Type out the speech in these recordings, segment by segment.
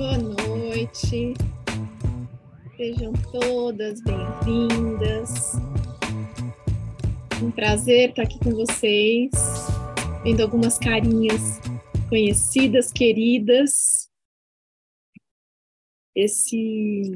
Boa noite, sejam todas bem-vindas. Um prazer estar aqui com vocês, vendo algumas carinhas conhecidas, queridas. Esse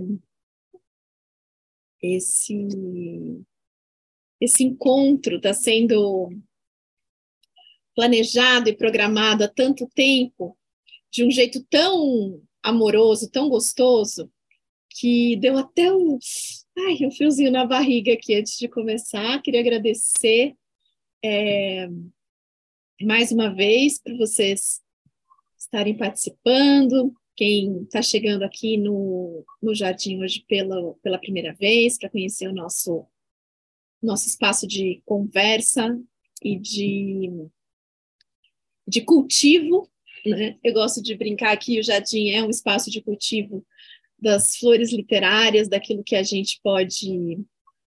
encontro está sendo planejado e programado há tanto tempo, de um jeito tão amoroso, tão gostoso, que deu até um friozinho na barriga aqui antes de começar. Queria agradecer mais uma vez por vocês estarem participando, quem está chegando aqui no Jardim hoje pela primeira vez, para conhecer o nosso espaço de conversa e de cultivo, né? Eu gosto de brincar que o Jardim é um espaço de cultivo das flores literárias, daquilo que a gente pode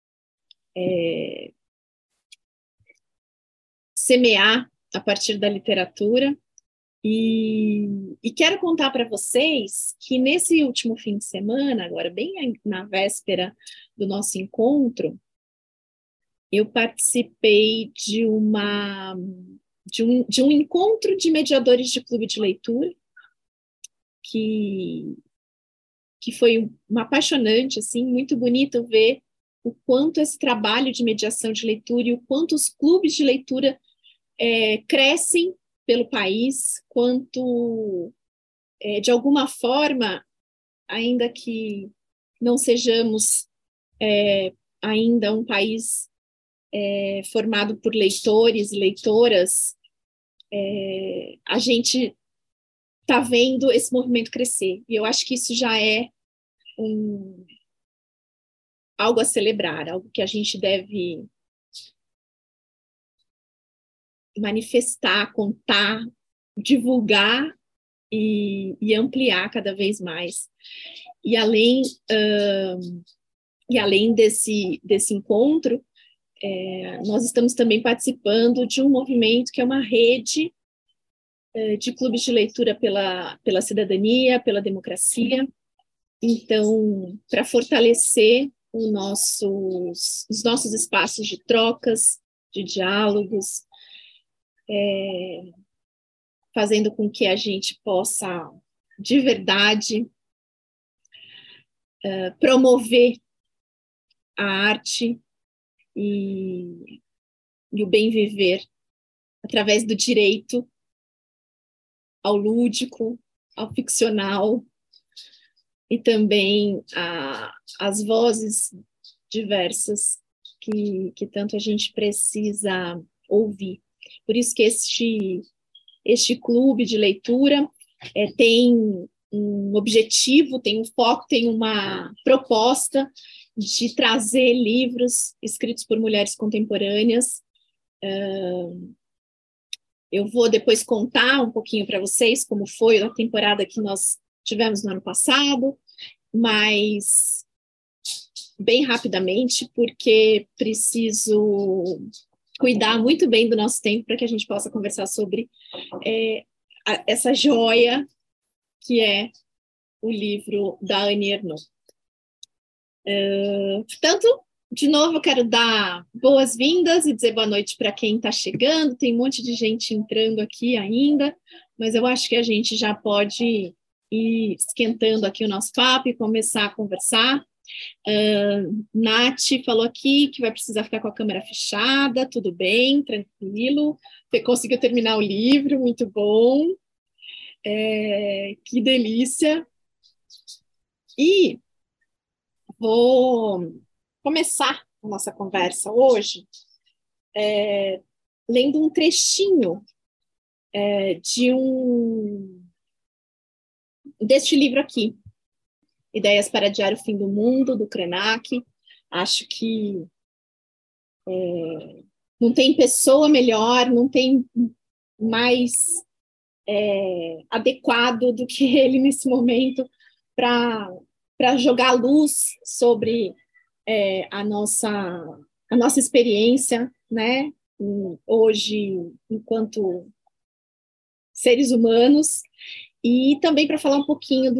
semear a partir da literatura. E quero contar para vocês que nesse último fim de semana, agora bem na véspera do nosso encontro, eu participei de um encontro de mediadores de clube de leitura, que foi apaixonante, assim, muito bonito ver o quanto esse trabalho de mediação de leitura e o quanto os clubes de leitura crescem pelo país, quanto, de alguma forma, ainda que não sejamos ainda um país formado por leitores e leitoras, a gente está vendo esse movimento crescer. E eu acho que isso já é algo a celebrar, algo que a gente deve manifestar, contar, divulgar e ampliar cada vez mais. E além desse encontro, nós estamos também participando de um movimento que é uma rede de clubes de leitura pela cidadania, pela democracia. Então, para fortalecer os nossos espaços de trocas, de diálogos, fazendo com que a gente possa, de verdade, promover a arte e o bem viver através do direito ao lúdico, ao ficcional, e também as vozes diversas que tanto a gente precisa ouvir. Por isso que este clube de leitura tem um objetivo, tem um foco, tem uma proposta de trazer livros escritos por mulheres contemporâneas. Eu vou depois contar um pouquinho para vocês como foi a temporada que nós tivemos no ano passado, mas bem rapidamente, porque preciso cuidar muito bem do nosso tempo para que a gente possa conversar sobre essa joia que é o livro da Annie Ernaux. Portanto, de novo, eu quero dar boas-vindas e dizer boa noite para quem está chegando. Tem um monte de gente entrando aqui ainda, mas eu acho que a gente já pode ir esquentando aqui o nosso papo e começar a conversar. Nath falou aqui que vai precisar ficar com a câmera fechada, tudo bem, tranquilo. Você conseguiu terminar o livro, muito bom. Que delícia. E vou começar a nossa conversa hoje lendo um trechinho deste livro aqui, Ideias para Adiar o Fim do Mundo, do Krenak. Acho que não tem pessoa melhor, não tem mais adequado do que ele nesse momento para jogar luz sobre a nossa experiência, né, hoje, enquanto seres humanos. E também para falar um pouquinho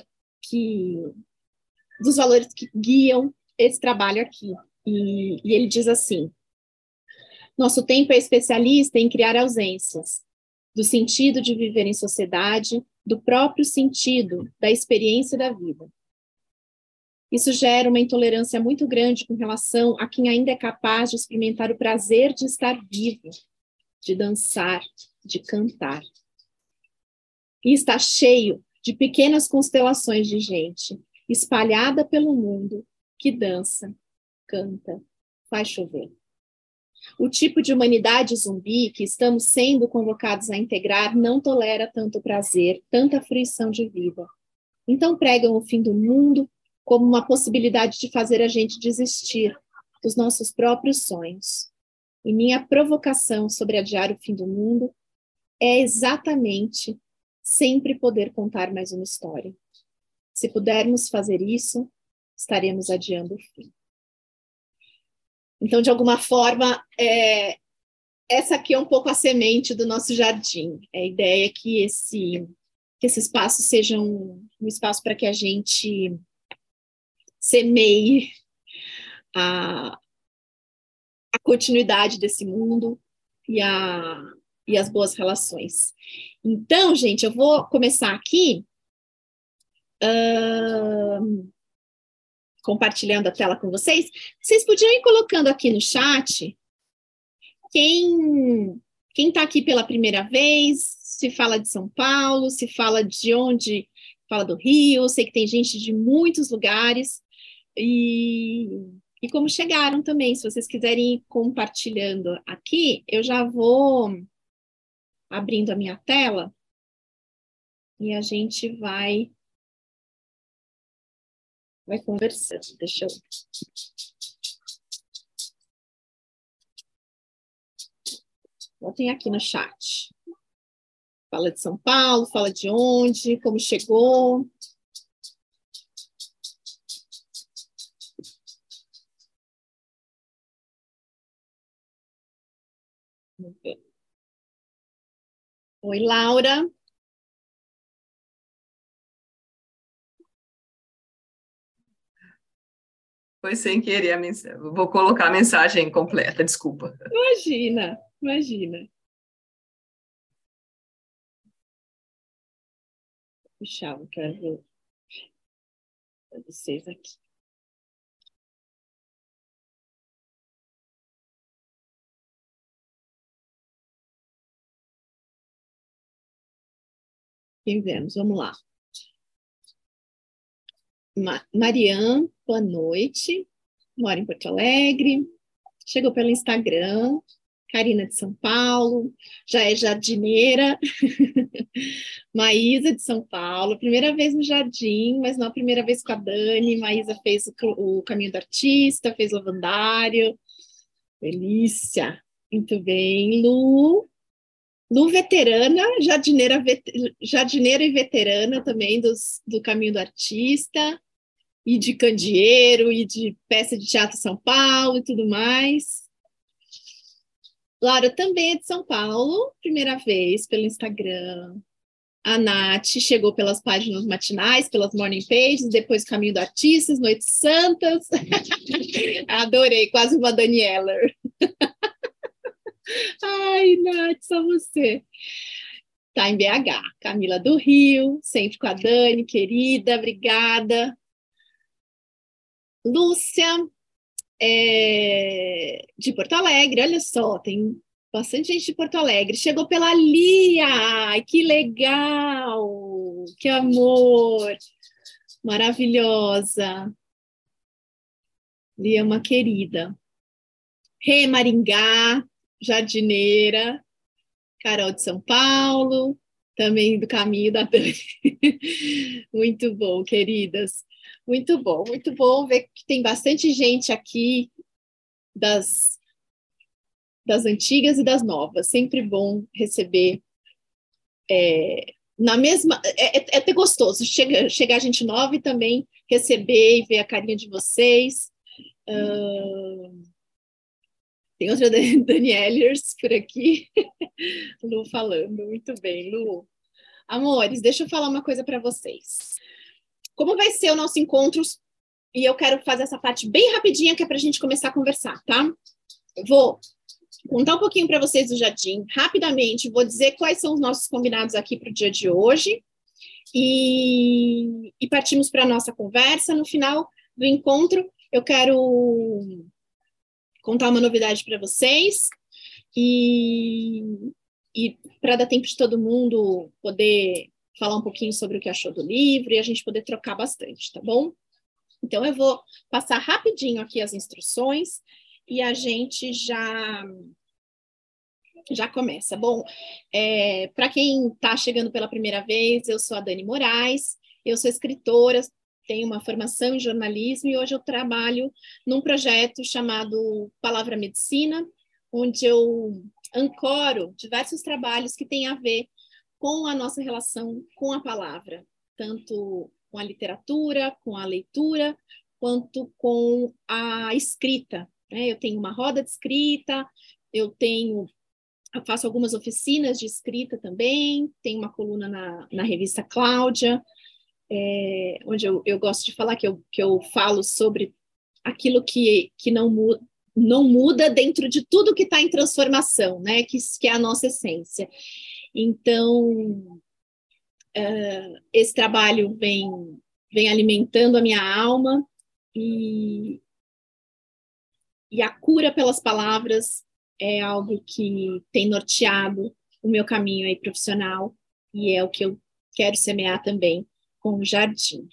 dos valores que guiam esse trabalho aqui. E ele diz assim: nosso tempo é especialista em criar ausências, do sentido de viver em sociedade, do próprio sentido da experiência da vida. Isso gera uma intolerância muito grande com relação a quem ainda é capaz de experimentar o prazer de estar vivo, de dançar, de cantar. E está cheio de pequenas constelações de gente, espalhada pelo mundo, que dança, canta, faz chover. O tipo de humanidade zumbi que estamos sendo convocados a integrar não tolera tanto prazer, tanta fruição de vida. Então pregam o fim do mundo como uma possibilidade de fazer a gente desistir dos nossos próprios sonhos. E minha provocação sobre adiar o fim do mundo é exatamente sempre poder contar mais uma história. Se pudermos fazer isso, estaremos adiando o fim. Então, de alguma forma, essa aqui é um pouco a semente do nosso jardim. A ideia é que esse espaço seja um espaço para que a gente semeie a continuidade desse mundo e as boas relações. Então, gente, eu vou começar aqui compartilhando a tela com vocês. Vocês podiam ir colocando aqui no chat quem está aqui pela primeira vez, se fala de São Paulo, se fala de onde, fala do Rio, sei que tem gente de muitos lugares, e como chegaram também. Se vocês quiserem ir compartilhando aqui, eu já vou abrindo a minha tela e a gente vai conversando. Deixa eu... Botem aqui no chat. Fala de São Paulo, fala de onde, como chegou. Oi, Laura. Foi sem querer a mensagem. Vou colocar a mensagem completa, desculpa. Imagina, imagina. Puxar, eu quero ver para vocês aqui. Quem vemos? Vamos lá. Mariane, boa noite. Mora em Porto Alegre. Chegou pelo Instagram. Karina de São Paulo. Já é jardineira. Maísa de São Paulo. Primeira vez no jardim, mas não a primeira vez com a Dani. Maísa fez o Caminho do Artista, fez o Lavandário. Delícia. Muito bem. Lu veterana, jardineira e veterana também do Caminho do Artista, e de candeeiro, e de peça de teatro São Paulo e tudo mais. Laura também é de São Paulo, primeira vez pelo Instagram. A Nath chegou pelas páginas matinais, pelas morning pages, depois Caminho do Artista, Noites Santas. Adorei, quase uma Daniela. Ai, Nath, só você. Tá em BH. Camila do Rio, sempre com a Dani, querida, obrigada. Lúcia, de Porto Alegre, olha só, tem bastante gente de Porto Alegre. Chegou pela Lia, ai, que legal, que amor, maravilhosa. Lia é uma querida. Rê Maringá, jardineira. Carol de São Paulo, também do Caminho da Dani. Muito bom, queridas. Muito bom ver que tem bastante gente aqui das antigas e das novas. Sempre bom receber na mesma... É até gostoso chegar gente nova e também receber e ver a carinha de vocês. Tem outra Danielers por aqui. Lu falando, muito bem, Lu. Amores, deixa eu falar uma coisa para vocês. Como vai ser o nosso encontro? E eu quero fazer essa parte bem rapidinha, que é para a gente começar a conversar, tá? Eu vou contar um pouquinho para vocês do Jardim, rapidamente, vou dizer quais são os nossos combinados aqui para o dia de hoje, e partimos para a nossa conversa. No final do encontro, eu quero contar uma novidade para vocês, e para dar tempo de todo mundo poder falar um pouquinho sobre o que achou do livro e a gente poder trocar bastante, tá bom? Então, eu vou passar rapidinho aqui as instruções e a gente já começa. Bom, para quem está chegando pela primeira vez, eu sou a Dani Moraes, eu sou escritora, tenho uma formação em jornalismo e hoje eu trabalho num projeto chamado Palavra Medicina, onde eu ancoro diversos trabalhos que têm a ver com a nossa relação com a palavra, tanto com a literatura, com a leitura, quanto com a escrita, né? Eu tenho uma roda de escrita, eu faço algumas oficinas de escrita também, tenho uma coluna na revista Cláudia, onde eu gosto de falar que eu falo sobre aquilo que não muda dentro de tudo que está em transformação, né? Que é a nossa essência. Então, esse trabalho vem alimentando a minha alma e a cura pelas palavras é algo que tem norteado o meu caminho aí profissional e é o que eu quero semear também com o Jardim.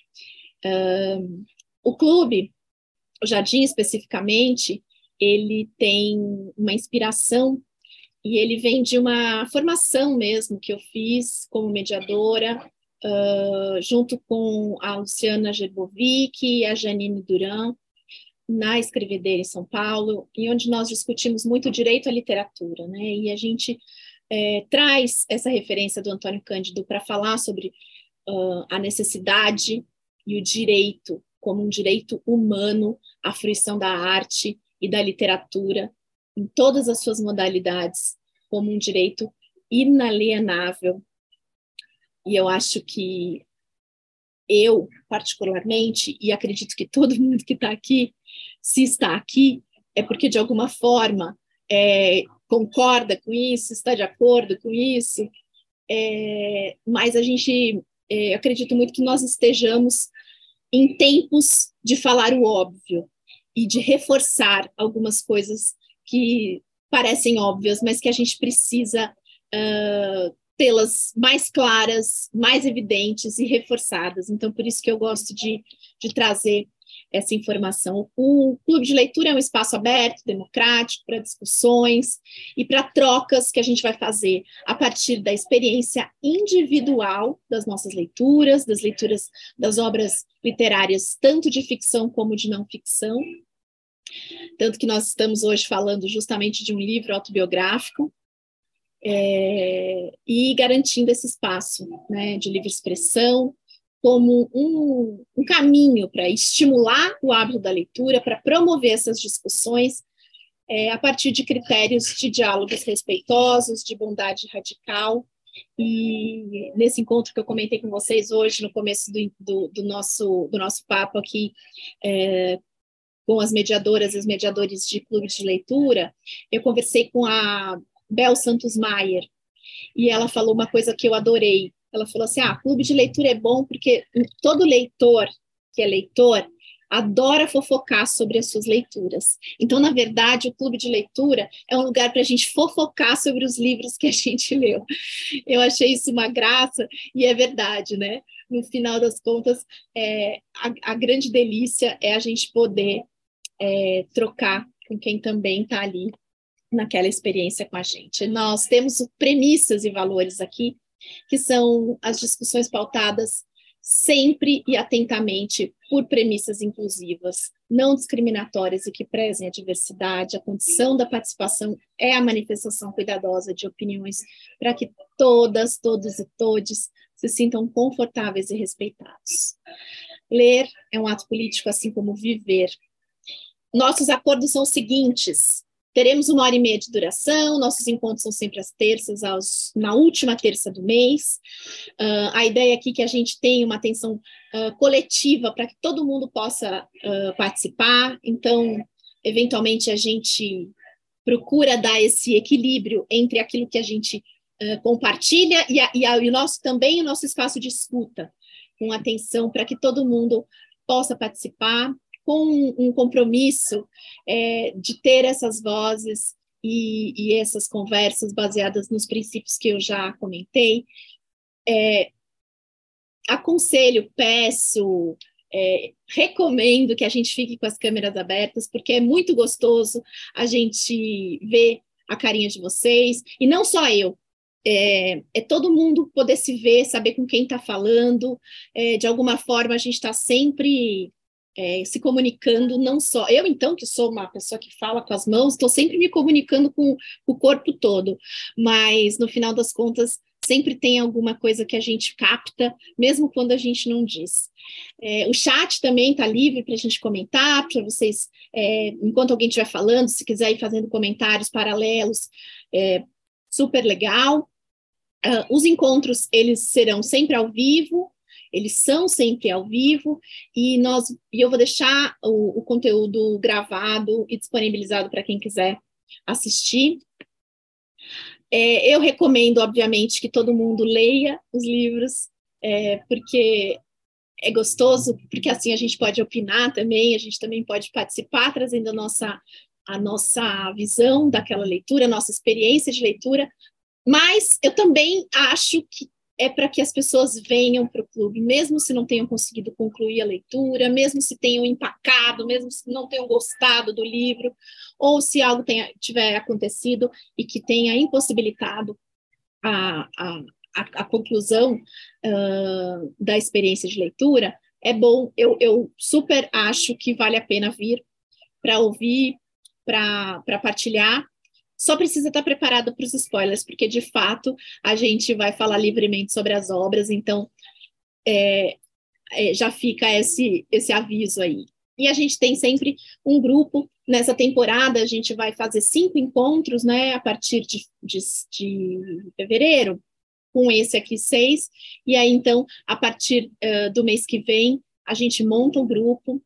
O clube, o Jardim especificamente, ele tem uma inspiração e ele vem de uma formação mesmo que eu fiz como mediadora, junto com a Luciana Gerbovic e a Janine Duran, na Escrevedeira em São Paulo, e onde nós discutimos muito direito à literatura, né? E a gente traz essa referência do Antônio Cândido para falar sobre a necessidade e o direito como um direito humano à fruição da arte e da literatura em todas as suas modalidades, como um direito inalienável. E eu acho que eu, particularmente, e acredito que todo mundo que está aqui, se está aqui, é porque, de alguma forma, concorda com isso, está de acordo com isso, mas a gente, acredito muito que nós estejamos em tempos de falar o óbvio e de reforçar algumas coisas que parecem óbvias, mas que a gente precisa tê-las mais claras, mais evidentes e reforçadas. Então, por isso que eu gosto de trazer essa informação. O Clube de Leitura é um espaço aberto, democrático, para discussões e para trocas que a gente vai fazer a partir da experiência individual das nossas leituras, das leituras das obras literárias, tanto de ficção como de não ficção. Tanto que nós estamos hoje falando justamente de um livro autobiográfico, e garantindo esse espaço, né, de livre expressão como um caminho para estimular o hábito da leitura, para promover essas discussões a partir de critérios de diálogos respeitosos, de bondade radical. E nesse encontro que eu comentei com vocês hoje, no começo do nosso papo aqui, com as mediadoras e os mediadores de clube de leitura, eu conversei com a Bel Santos Maier, e ela falou uma coisa que eu adorei. Ela falou assim, clube de leitura é bom porque todo leitor que é leitor adora fofocar sobre as suas leituras. Então, na verdade, o clube de leitura é um lugar para a gente fofocar sobre os livros que a gente leu. Eu achei isso uma graça, e é verdade, né? No final das contas, a grande delícia é a gente poder trocar com quem também está ali naquela experiência com a gente. Nós temos premissas e valores aqui, que são as discussões pautadas sempre e atentamente por premissas inclusivas, não discriminatórias e que prezem a diversidade. A condição da participação é a manifestação cuidadosa de opiniões para que todas, todos e todes se sintam confortáveis e respeitados. Ler é um ato político, assim como viver. Nossos acordos são os seguintes: Teremos 1h30 de duração, nossos encontros são sempre às terças, na última terça do mês. A ideia aqui é que a gente tenha uma atenção coletiva para que todo mundo possa participar, então, eventualmente, a gente procura dar esse equilíbrio entre aquilo que a gente compartilha e o nosso espaço de escuta, com atenção para que todo mundo possa participar, com um compromisso de ter essas vozes e essas conversas baseadas nos princípios que eu já comentei. Aconselho, peço, recomendo que a gente fique com as câmeras abertas, porque é muito gostoso a gente ver a carinha de vocês, e não só eu, todo mundo poder se ver, saber com quem está falando, de alguma forma a gente está sempre se comunicando, não só eu, então, que sou uma pessoa que fala com as mãos, estou sempre me comunicando com o corpo todo, mas no final das contas sempre tem alguma coisa que a gente capta, mesmo quando a gente não diz. O chat também está livre para a gente comentar, para vocês, enquanto alguém estiver falando, se quiser ir fazendo comentários paralelos, super legal. Os encontros, eles serão sempre ao vivo, eles são sempre ao vivo, e eu vou deixar o conteúdo gravado e disponibilizado para quem quiser assistir. Eu recomendo, obviamente, que todo mundo leia os livros, porque é gostoso, porque assim a gente pode opinar também, a gente também pode participar, trazendo a nossa visão daquela leitura, a nossa experiência de leitura, mas eu também acho que é para que as pessoas venham para o clube, mesmo se não tenham conseguido concluir a leitura, mesmo se tenham empacado, mesmo se não tenham gostado do livro, ou se algo tiver acontecido e que tenha impossibilitado a conclusão da experiência de leitura, é bom, eu super acho que vale a pena vir para ouvir, para partilhar. Só precisa estar preparado para os spoilers, porque, de fato, a gente vai falar livremente sobre as obras, então já fica esse aviso aí. E a gente tem sempre um grupo, nessa temporada a gente vai fazer 5 encontros, né, a partir de fevereiro, com esse aqui 6, e aí, então, a partir do mês que vem, a gente monta um grupo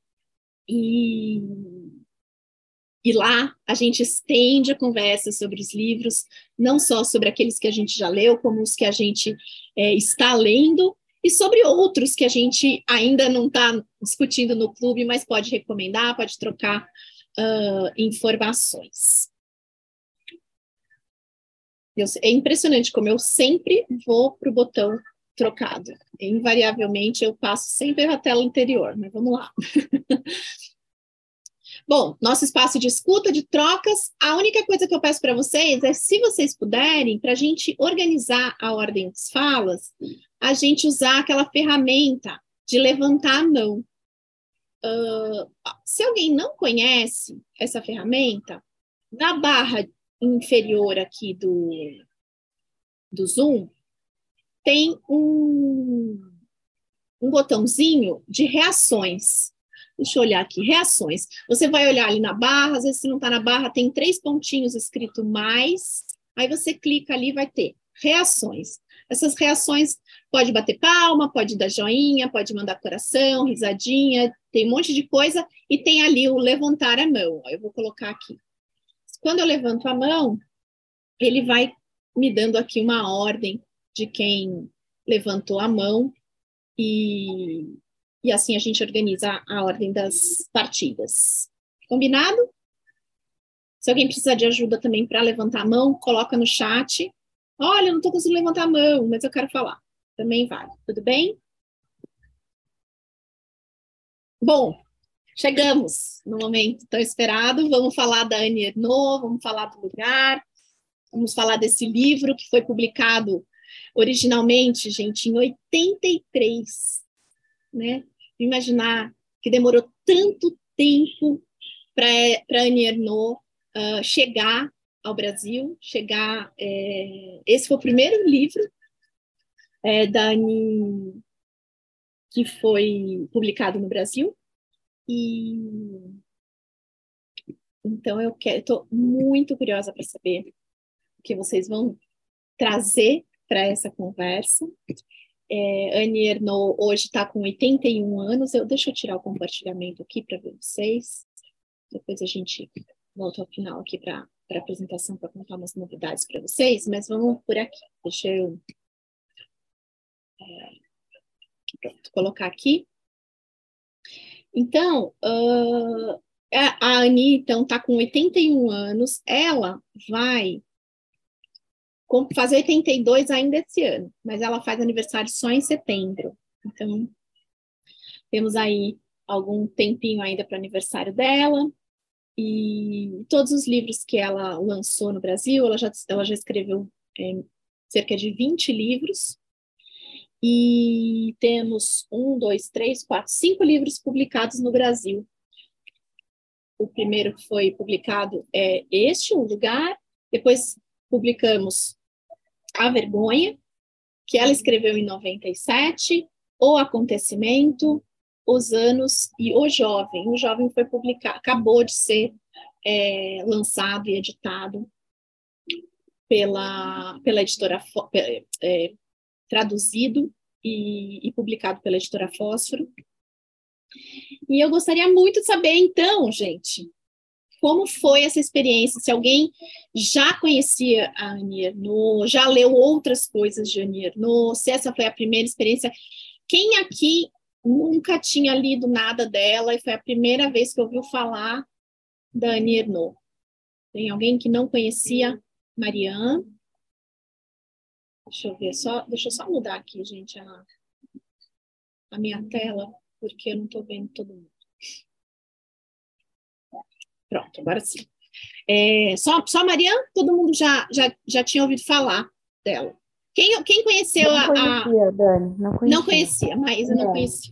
e lá a gente estende a conversa sobre os livros, não só sobre aqueles que a gente já leu, como os que a gente está lendo, e sobre outros que a gente ainda não está discutindo no clube, mas pode recomendar, pode trocar informações. É impressionante como eu sempre vou para o botão trocado. Invariavelmente eu passo sempre a tela anterior, mas vamos lá. Bom, nosso espaço de escuta, de trocas, a única coisa que eu peço para vocês é, se vocês puderem, para a gente organizar a ordem das falas, a gente usar aquela ferramenta de levantar a mão. Se alguém não conhece essa ferramenta, na barra inferior aqui do Zoom, tem um botãozinho de reações. Deixa eu olhar aqui, reações. Você vai olhar ali na barra, às vezes se não está na barra, tem 3 pontinhos escrito mais, aí você clica ali, vai ter reações. Essas reações pode bater palma, pode dar joinha, pode mandar coração, risadinha, tem um monte de coisa, e tem ali o levantar a mão. Eu vou colocar aqui. Quando eu levanto a mão, ele vai me dando aqui uma ordem de quem levantou a mão, e assim a gente organiza a ordem das partidas. Combinado? Se alguém precisar de ajuda também para levantar a mão, coloca no chat. Olha, eu não estou conseguindo levantar a mão, mas eu quero falar. Também vale. Tudo bem? Bom, chegamos no momento tão esperado. Vamos falar da Annie Ernaux, vamos falar do lugar, vamos falar desse livro que foi publicado originalmente, gente, em 83. Né? Imaginar que demorou tanto tempo para Annie Ernaux chegar ao Brasil, esse foi o primeiro livro da Annie que foi publicado no Brasil, e Então, estou muito curiosa para saber o que vocês vão trazer para essa conversa. Annie Ernaux hoje está com 81 anos. Deixa eu tirar o compartilhamento aqui para ver vocês. Depois a gente volta ao final aqui para a apresentação, para contar umas novidades para vocês, mas vamos por aqui. Deixa eu colocar aqui. Então, a Annie, então, está com 81 anos. Ela vai fazer 82 ainda esse ano, mas ela faz aniversário só em setembro. Então, temos aí algum tempinho ainda para o aniversário dela. E todos os livros que ela lançou no Brasil, ela já escreveu cerca de 20 livros. E temos 5 livros publicados no Brasil. O primeiro que foi publicado é Um Lugar. Depois publicamos A Vergonha, que ela escreveu em 97, O Acontecimento, Os Anos e O Jovem. O Jovem foi publicado, acabou de ser lançado e editado pela editora, traduzido e publicado pela editora Fósforo. E eu gostaria muito de saber, então, gente, como foi essa experiência? Se alguém já conhecia a Annie Ernaux, já leu outras coisas de Annie Ernaux, se essa foi a primeira experiência. Quem aqui nunca tinha lido nada dela e foi a primeira vez que ouviu falar da Annie Ernaux? Tem alguém que não conhecia? Marianne? Deixa eu ver, deixa eu só mudar aqui, gente, a minha tela, porque eu não estou vendo todo mundo. Pronto, agora sim. Só a Marianne? Todo mundo já tinha ouvido falar dela. Quem conheceu Não conhecia, Dani, não conhecia. Não conhecia, Maísa não conhecia.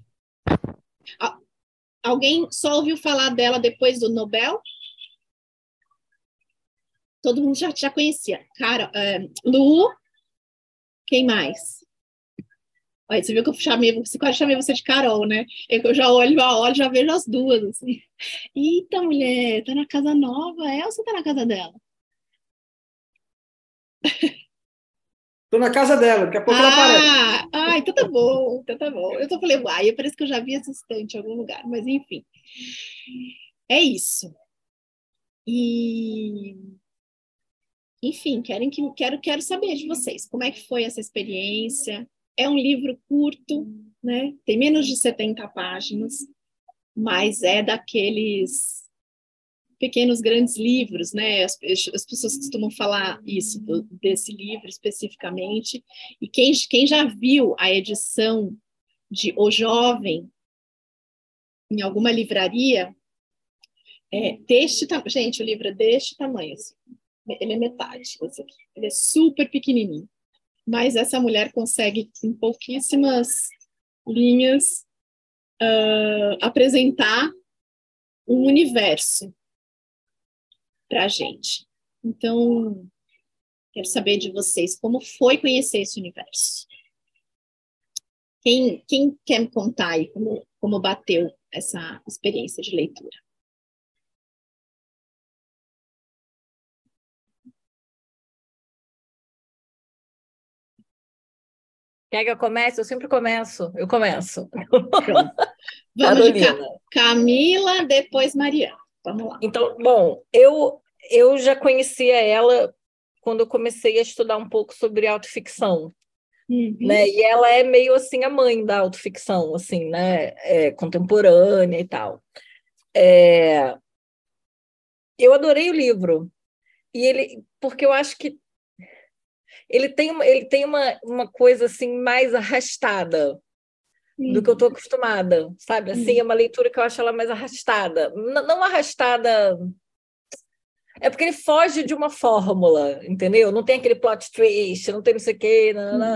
Alguém só ouviu falar dela depois do Nobel? Todo mundo já conhecia. Cara, Lu, quem mais? Olha, você viu que eu quase chamei você de Carol, né? Eu já olho, já vejo as duas, assim. Eita, mulher, tá na casa nova, ou você tá na casa dela? Tô na casa dela, daqui a pouco ela aparece. Então tá bom, então tá bom. Eu falei, parece que eu já vi essa estante em algum lugar, mas enfim. É isso. E... Enfim, quero saber de vocês, como é que foi essa experiência? É um livro curto, né? Tem menos de 70 páginas, mas é daqueles pequenos grandes livros, né? As pessoas costumam falar isso, desse livro especificamente. E quem já viu a edição de O Jovem em alguma livraria, gente, o livro é deste tamanho, assim. Ele é metade, esse aqui. Ele é super pequenininho. Mas essa mulher consegue, em pouquíssimas linhas, apresentar um universo para a gente. Então, quero saber de vocês, como foi conhecer esse universo? Quem quer me contar aí como bateu essa experiência de leitura? Quer que eu comece? Eu sempre começo. Eu começo. Pronto. Vamos Carolina. De Camila, depois Mariana. Vamos lá. Então, bom, eu já conhecia ela quando eu comecei a estudar um pouco sobre autoficção. Né? E ela é meio assim a mãe da autoficção, assim, né? Contemporânea e tal. Eu adorei o livro. Porque eu acho que ele tem uma coisa assim mais arrastada do que eu estou acostumada, sabe? Assim, é uma leitura que eu acho ela mais arrastada. Não arrastada... É porque ele foge de uma fórmula, entendeu? Não tem aquele plot twist, não tem não sei o quê.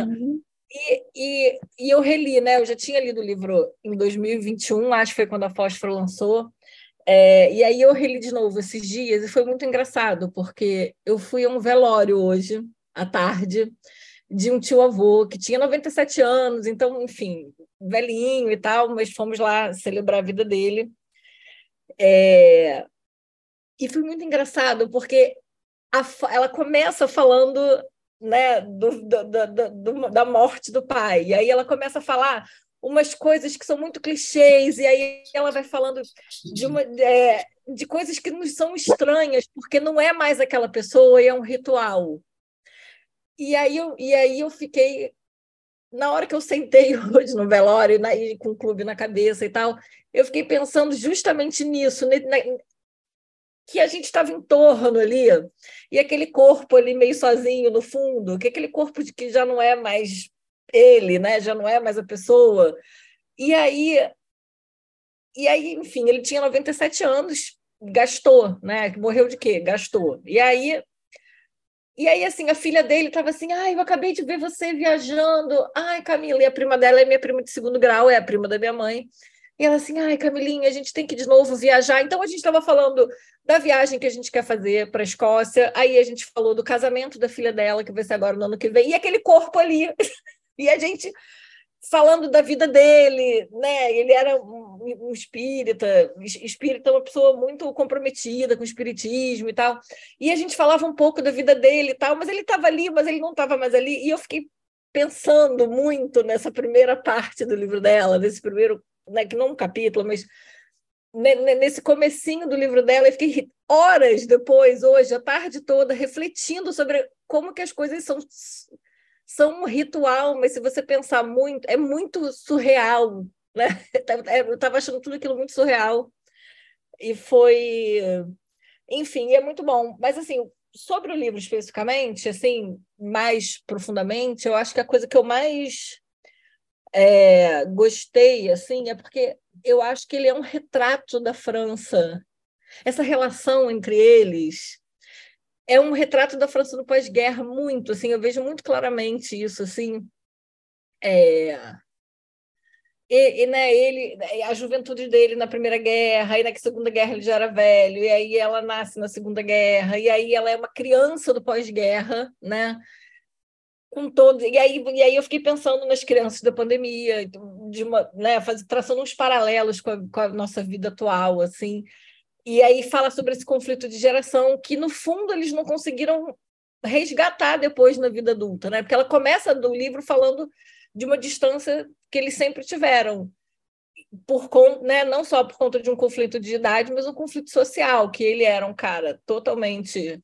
E eu reli, né? Eu já tinha lido o livro em 2021, acho que foi quando a Fósforo lançou. E aí eu reli de novo esses dias e foi muito engraçado, porque eu fui a um velório hoje, à tarde, de um tio-avô que tinha 97 anos, então, enfim, velhinho e tal, mas fomos lá celebrar a vida dele. E foi muito engraçado, porque ela começa falando, né, da morte do pai, e aí ela começa a falar umas coisas que são muito clichês, e aí ela vai falando de coisas que nos são estranhas, porque não é mais aquela pessoa, e é um ritual. E aí eu fiquei, na hora que eu sentei hoje no velório, e com o clube na cabeça e tal, eu fiquei pensando justamente nisso, que a gente estava em torno ali, e aquele corpo ali meio sozinho no fundo, que aquele corpo de que já não é mais ele, né? Já não é mais a pessoa. E aí, enfim, ele tinha 97 anos, gastou, né? Morreu de quê? Gastou. E aí, assim, a filha dele estava assim, eu acabei de ver você viajando. Ai, Camila, e a prima dela é minha prima de segundo grau, é a prima da minha mãe. E ela assim, Camilinha, a gente tem que de novo viajar. Então, a gente estava falando da viagem que a gente quer fazer para a Escócia, aí a gente falou do casamento da filha dela, que vai ser agora no ano que vem, e aquele corpo ali. E a gente falando da vida dele, né? Ele era um espírita. Espírita é uma pessoa muito comprometida com o espiritismo e tal. E a gente falava um pouco da vida dele e tal, mas ele estava ali, mas ele não estava mais ali. E eu fiquei pensando muito nessa primeira parte do livro dela, nesse primeiro, né, que não um capítulo, mas nesse comecinho do livro dela, eu fiquei horas depois, hoje, a tarde toda, refletindo sobre como que as coisas são um ritual, mas se você pensar muito, é muito surreal, né? Eu estava achando tudo aquilo muito surreal, e foi... Enfim, é muito bom. Mas, assim, sobre o livro especificamente, assim, mais profundamente, eu acho que a coisa que eu mais gostei, assim, é porque eu acho que ele é um retrato da França. Essa relação entre eles é um retrato da França no pós-guerra muito, assim, eu vejo muito claramente isso, assim. Né, a juventude dele na Primeira Guerra, aí na Segunda Guerra ele já era velho, e aí ela nasce na Segunda Guerra, e aí ela é uma criança do pós-guerra, né? Com todo, e aí eu fiquei pensando nas crianças da pandemia, né, traçando uns paralelos com a nossa vida atual, assim. E aí fala sobre esse conflito de geração que, no fundo, eles não conseguiram resgatar depois na vida adulta, né? Porque ela começa do livro falando de uma distância que eles sempre tiveram, por conta, né? Não só por conta de um conflito de idade, mas um conflito social, que ele era um cara totalmente...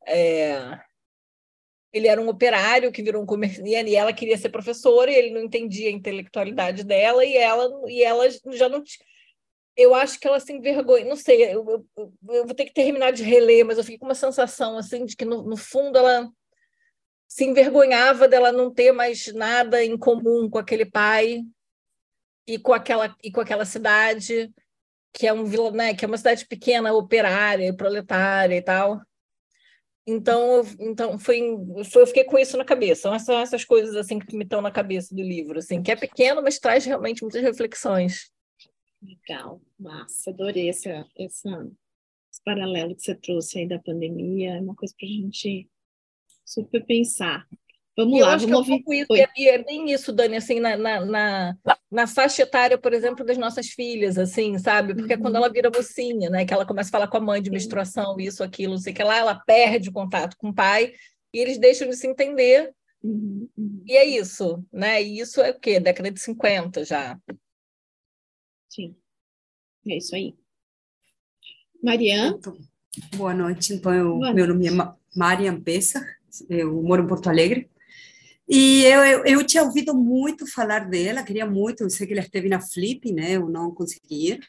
Ele era um operário que virou um comerciante, e ela queria ser professora, e ele não entendia a intelectualidade dela, e ela já não... Eu acho que ela se envergonha, não sei, eu vou ter que terminar de reler, mas eu fiquei com uma sensação assim, de que, no fundo, ela se envergonhava dela não ter mais nada em comum com aquele pai e com aquela cidade, que é né, que é uma cidade pequena, operária, proletária e tal. Então eu fiquei com isso na cabeça. São essas coisas assim que me estão na cabeça do livro, assim, que é pequeno, mas traz realmente muitas reflexões. Legal, massa, adorei esse paralelo que você trouxe aí da pandemia, é uma coisa para a gente super pensar. Vamos lá, vamos ouvir. É bem isso, Dani, assim, na faixa etária, por exemplo, das nossas filhas, assim, sabe? Porque é quando ela vira mocinha, né? Que ela começa a falar com a mãe de menstruação, isso, aquilo, não sei o que lá, ela perde o contato com o pai e eles deixam de se entender. E é isso, né? E isso é o quê? Década de 50 já. Sim, é isso aí. Mariana? Boa noite. Então, meu nome é Marian Pessa, eu moro em Porto Alegre. E eu tinha ouvido muito falar dela, queria muito, eu sei que ela esteve na Flip, né? Eu não conseguia.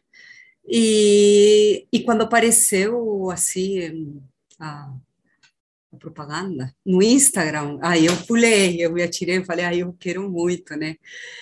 E quando apareceu, assim, a propaganda no Instagram, aí eu pulei, eu me atirei, falei, eu quero muito, né?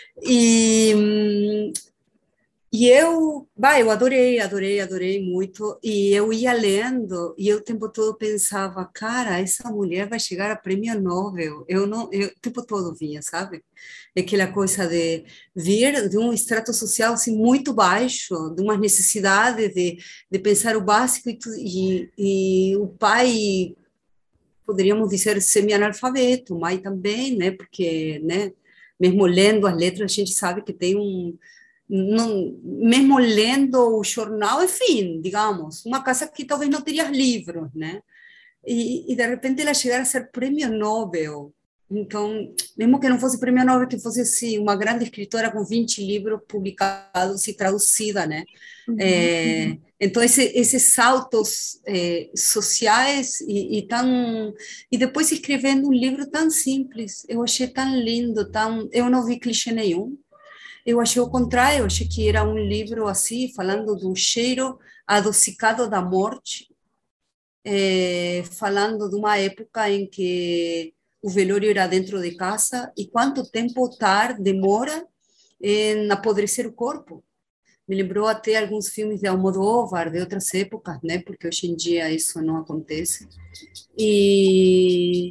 E eu adorei muito, e eu ia lendo, e eu o tempo todo pensava, cara, essa mulher vai chegar a prêmio Nobel, eu o tempo todo vinha, sabe? Aquela coisa de vir de um extrato social, assim, muito baixo, de uma necessidade de pensar o básico, e o pai, poderíamos dizer, semi-analfabeto, mãe também, né? Porque, né, mesmo lendo as letras, a gente sabe que tem mesmo lendo o jornal, enfim, digamos, uma casa que talvez não teria livros, né? E de repente ela chegar a ser prêmio Nobel. Então, mesmo que não fosse prêmio Nobel, que fosse assim, uma grande escritora com 20 livros publicados e traduzida, né? Então, esses saltos sociais e depois escrevendo um livro tão simples, eu achei tão lindo, eu não vi clichê nenhum. Eu achei o contrário, eu achei que era um livro assim, falando do cheiro adocicado da morte, falando de uma época em que o velório era dentro de casa e quanto tempo o tar demora em apodrecer o corpo. Me lembrou até alguns filmes de Almodóvar, de outras épocas, né? Porque hoje em dia isso não acontece. E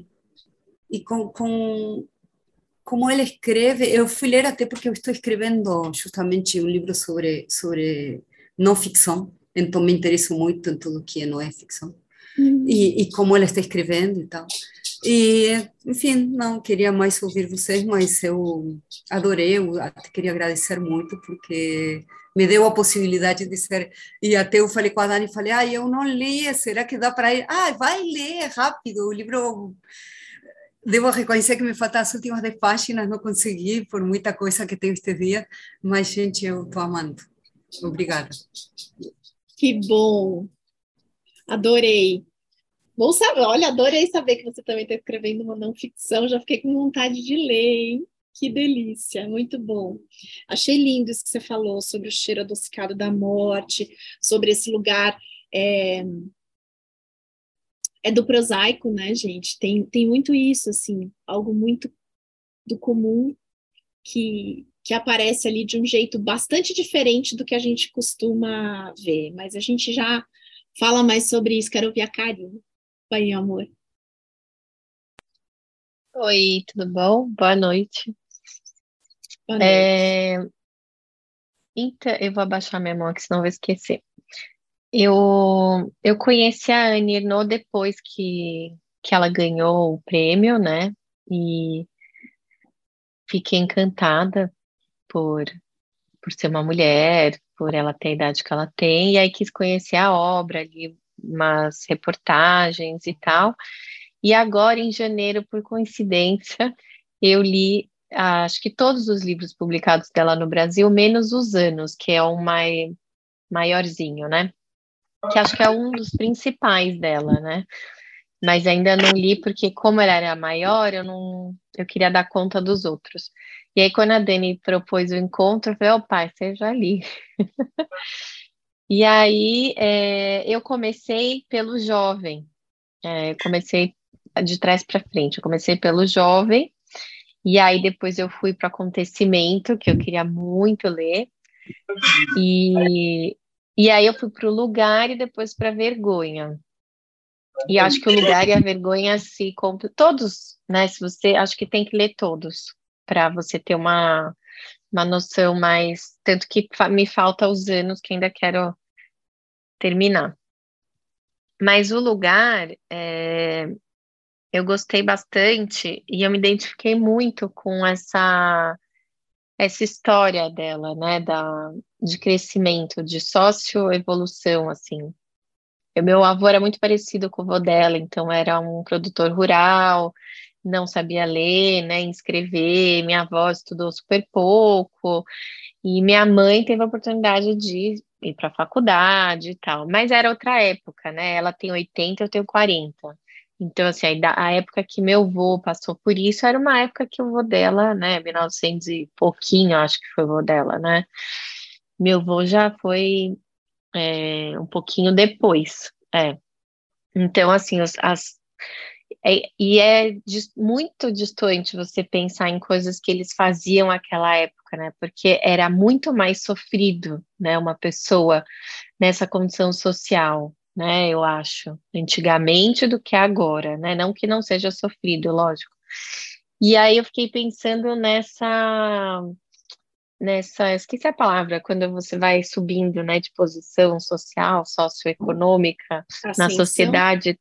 como ele escreve, eu fui ler até porque eu estou escrevendo justamente um livro sobre não ficção, então me interesso muito em tudo que não é ficção. E como ele está escrevendo e tal. E, enfim, não queria mais ouvir vocês, mas eu adorei, eu até queria agradecer muito, porque me deu a possibilidade de ser. E até eu falei com a Dani, falei, eu não li, será que dá para ir? Vai ler rápido, o livro. Devo reconhecer que me faltam as últimas 10 páginas, não consegui, por muita coisa que tenho este dia, mas, gente, eu estou amando. Obrigada. Que bom! Adorei. Bom saber, olha, adorei saber que você também está escrevendo uma não ficção, já fiquei com vontade de ler, hein? Que delícia, muito bom. Achei lindo isso que você falou sobre o cheiro adocicado da morte, sobre esse lugar do prosaico, né, gente? Tem muito isso, assim, algo muito do comum que aparece ali de um jeito bastante diferente do que a gente costuma ver, mas a gente já fala mais sobre isso. Quero ouvir a Karine. Oi, amor. Oi, tudo bom? Boa noite. Boa noite. Então, eu vou abaixar minha mão aqui, senão eu vou esquecer. Eu conheci a Annie Ernaux depois que ela ganhou o prêmio, né? E fiquei encantada por ser uma mulher, por ela ter a idade que ela tem, e aí quis conhecer a obra, li umas reportagens e tal. E agora, em janeiro, por coincidência, eu li, acho que todos os livros publicados dela no Brasil, menos Os Anos, que é um maiorzinho, né? Que acho que é um dos principais dela, né? Mas ainda não li, porque como ela era maior, eu queria dar conta dos outros. E aí, quando a Dani propôs o encontro, eu falei, pai, você já li. E aí, eu comecei pelo jovem. Comecei de trás para frente. Eu comecei pelo jovem, e aí depois eu fui para Acontecimento, que eu queria muito ler. E aí eu fui para o Lugar e depois para Vergonha. E acho que o Lugar e a Vergonha se compram todos, né? Acho que tem que ler todos para você ter uma noção mais, tanto que me falta Os Anos que ainda quero terminar. Mas o Lugar, eu gostei bastante e eu me identifiquei muito com essa história dela, né? De crescimento, de socioevolução, assim. Meu avô era muito parecido com o avô dela, então era um produtor rural, não sabia ler, né, escrever, minha avó estudou super pouco, e minha mãe teve a oportunidade de ir para a faculdade e tal, mas era outra época, né, ela tem 80, eu tenho 40, então assim, a época que meu avô passou por isso era uma época que o avô dela, né, 1900 e pouquinho, acho que foi o avô dela, né, meu avô já foi um pouquinho depois, Então, assim, muito distante você pensar em coisas que eles faziam naquela época, né? Porque era muito mais sofrido, né? Uma pessoa nessa condição social, né? Eu acho, antigamente do que agora, né? Não que não seja sofrido, lógico. E aí eu fiquei pensando esqueci a palavra, quando você vai subindo, né, de posição social, socioeconômica, na sociedade,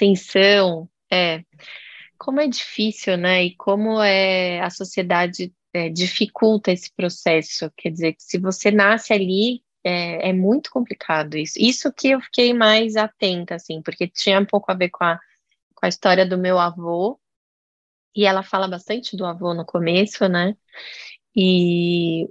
ascensão, como é difícil, né, e como a sociedade dificulta esse processo. Quer dizer, que se você nasce ali, é muito complicado isso. Isso que eu fiquei mais atenta, assim, porque tinha um pouco a ver com a história do meu avô, e ela fala bastante do avô no começo, né? E,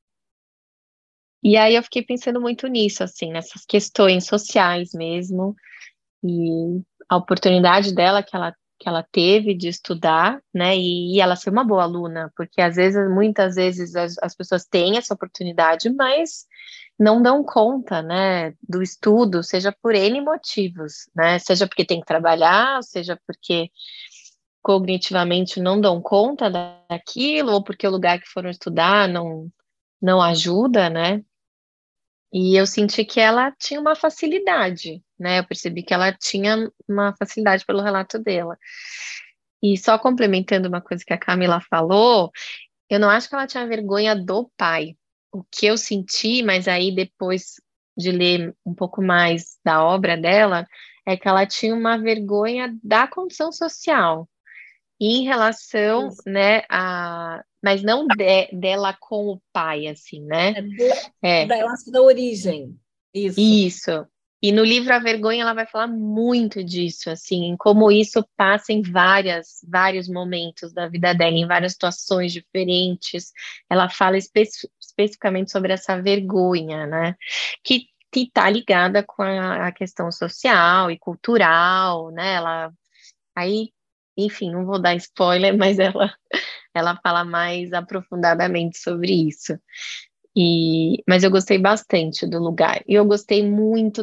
e aí eu fiquei pensando muito nisso, assim, nessas questões sociais mesmo, e a oportunidade dela que ela teve de estudar, né? E ela ser uma boa aluna, porque às vezes, muitas vezes, as pessoas têm essa oportunidade, mas não dão conta, né, do estudo, seja por N motivos, né? Seja porque tem que trabalhar, seja porque cognitivamente não dão conta daquilo, ou porque o lugar que foram estudar não ajuda, né? E eu senti que ela tinha uma facilidade, né? Eu percebi que ela tinha uma facilidade pelo relato dela. E só complementando uma coisa que a Camila falou, eu não acho que ela tinha vergonha do pai. O que eu senti, mas aí depois de ler um pouco mais da obra dela, é que ela tinha uma vergonha da condição social. E em relação, Isso. né, mas não dela com o pai, assim, né? É, Eu acho que da origem. Isso. isso. E no livro A Vergonha ela vai falar muito disso, assim, em como isso passa em vários momentos da vida dela, em várias situações diferentes. Ela fala especificamente sobre essa vergonha, né? Que está ligada com a questão social e cultural, né? Aí, enfim, não vou dar spoiler, mas ela fala mais aprofundadamente sobre isso. Mas eu gostei bastante do lugar. E eu gostei muito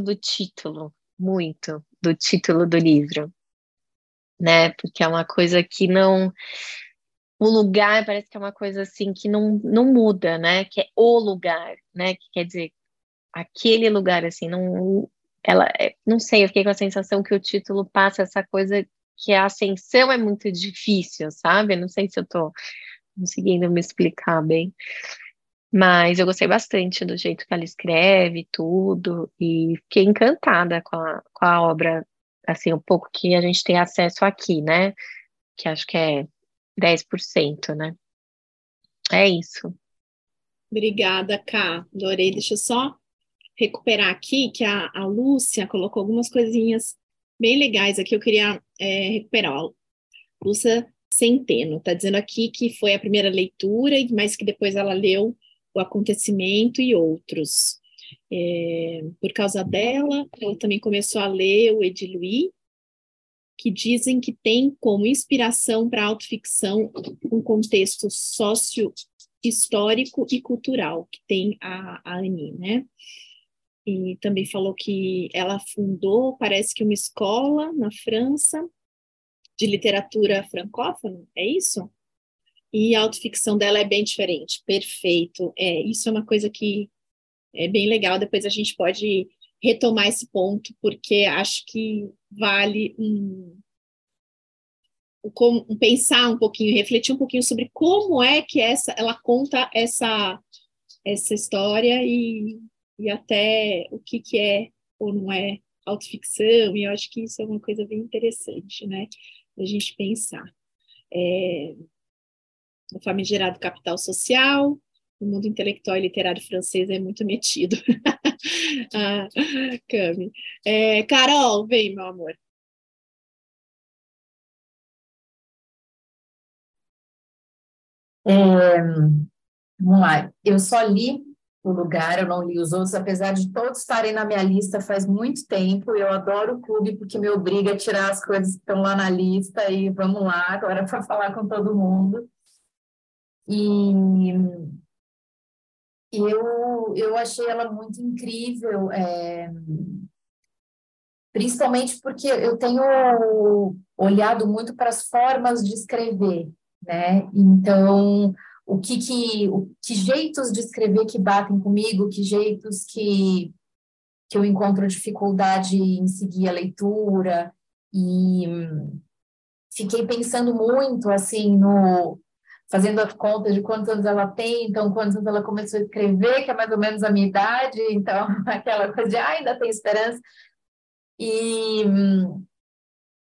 do título do livro, né? Porque é uma coisa que não. O lugar parece que é uma coisa assim que não muda, né? Que é o lugar, né? Que quer dizer, aquele lugar, assim, não. Não sei, eu fiquei com a sensação que o título passa essa coisa que a ascensão é muito difícil, sabe? Não sei se eu tô conseguindo me explicar bem. Mas eu gostei bastante do jeito que ela escreve tudo e fiquei encantada com a obra, assim, um pouco que a gente tem acesso aqui, né? Que acho que é 10%, né? É isso. Obrigada, Ká. Adorei. Deixa eu só recuperar aqui que a Lúcia colocou algumas coisinhas bem legais aqui. Eu queria recuperar. Ó. Lúcia Centeno está dizendo aqui que foi a primeira leitura, mas que depois ela leu O Acontecimento e outros. Por causa dela, ela também começou a ler o Ediluí, que dizem que tem como inspiração para a autoficção um contexto sócio-histórico e cultural, que tem a Annie, né? E também falou que ela fundou, parece que uma escola na França de literatura francófona, é isso? E a autoficção dela é bem diferente, perfeito. Isso é uma coisa que é bem legal, depois a gente pode retomar esse ponto, porque acho que vale pensar um pouquinho, refletir um pouquinho sobre como é que ela conta essa história e até o que é ou não é autoficção, e eu acho que isso é uma coisa bem interessante, né, da gente pensar. O famigerado capital social, o mundo intelectual e literário francês é muito metido. Cami. Carol, vem, meu amor. Vamos lá, eu só li o lugar, eu não li os outros, apesar de todos estarem na minha lista faz muito tempo. Eu adoro o clube porque me obriga a tirar as coisas que estão lá na lista e vamos lá agora para falar com todo mundo. E eu achei ela muito incrível, principalmente porque eu tenho olhado muito para as formas de escrever, né? Então, que jeitos de escrever que batem comigo, que jeitos que eu encontro dificuldade em seguir a leitura, e fiquei pensando muito, assim, fazendo as contas de quantos anos ela tem, então quantos anos ela começou a escrever, que é mais ou menos a minha idade, então aquela coisa de, ainda tem esperança. E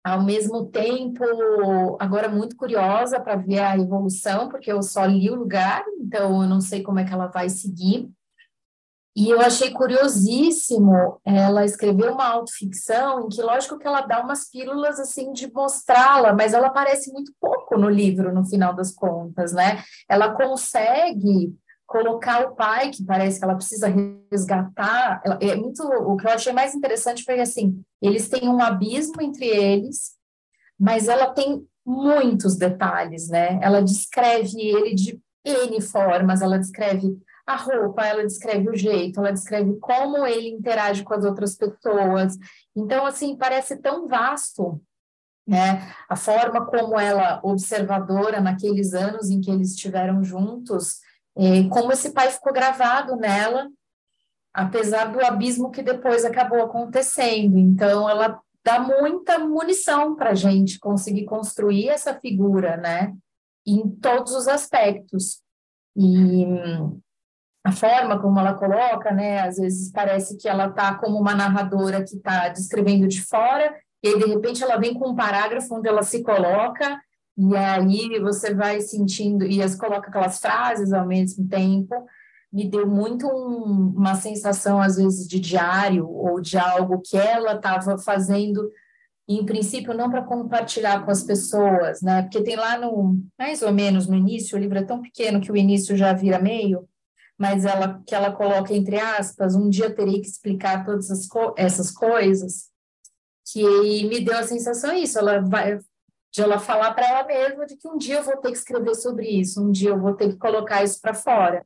ao mesmo tempo, agora muito curiosa para ver a evolução, porque eu só li o lugar, então eu não sei como é que ela vai seguir. E eu achei curiosíssimo ela escrever uma autoficção em que, lógico que ela dá umas pílulas, assim, de mostrá-la, mas ela aparece muito pouco no livro, no final das contas, né? Ela consegue colocar o pai, que parece que ela precisa resgatar. É muito, o que eu achei mais interessante foi, assim, eles têm um abismo entre eles, mas ela tem muitos detalhes, né? Ela descreve ele de N formas, ela descreve a roupa, ela descreve o jeito, ela descreve como ele interage com as outras pessoas. Então, assim, parece tão vasto, né? A forma como ela, observadora, naqueles anos em que eles estiveram juntos, como esse pai ficou gravado nela, apesar do abismo que depois acabou acontecendo. Então, ela dá muita munição para a gente conseguir construir essa figura, né? Em todos os aspectos. E a forma como ela coloca, né? Às vezes parece que ela está como uma narradora que está descrevendo de fora, e aí, de repente, ela vem com um parágrafo onde ela se coloca, e aí você vai sentindo, e as coloca aquelas frases ao mesmo tempo. Me deu muito uma sensação, às vezes, de diário, ou de algo que ela estava fazendo, em princípio, não para compartilhar com as pessoas, né? Porque tem lá mais ou menos no início, o livro é tão pequeno que o início já vira meio, mas que ela coloca entre aspas, um dia terei que explicar todas essas coisas, que me deu a sensação isso, de ela falar para ela mesma de que um dia eu vou ter que escrever sobre isso, um dia eu vou ter que colocar isso para fora.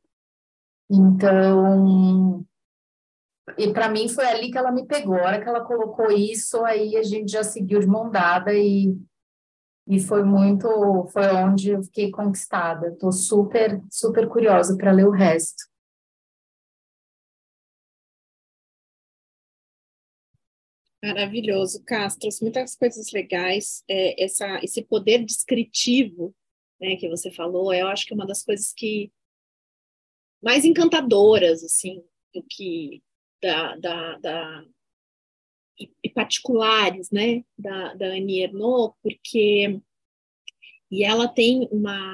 Então, e para mim foi ali que ela me pegou, a hora que ela colocou isso, aí a gente já seguiu de mão dada e foi onde eu fiquei conquistada. Estou super, super curiosa para ler o resto. Maravilhoso, Castro, muitas coisas legais. Esse poder descritivo, né, que você falou, eu acho que é uma das coisas que mais encantadoras, assim, do que e particulares, né, da Annie Ernaux, porque ela tem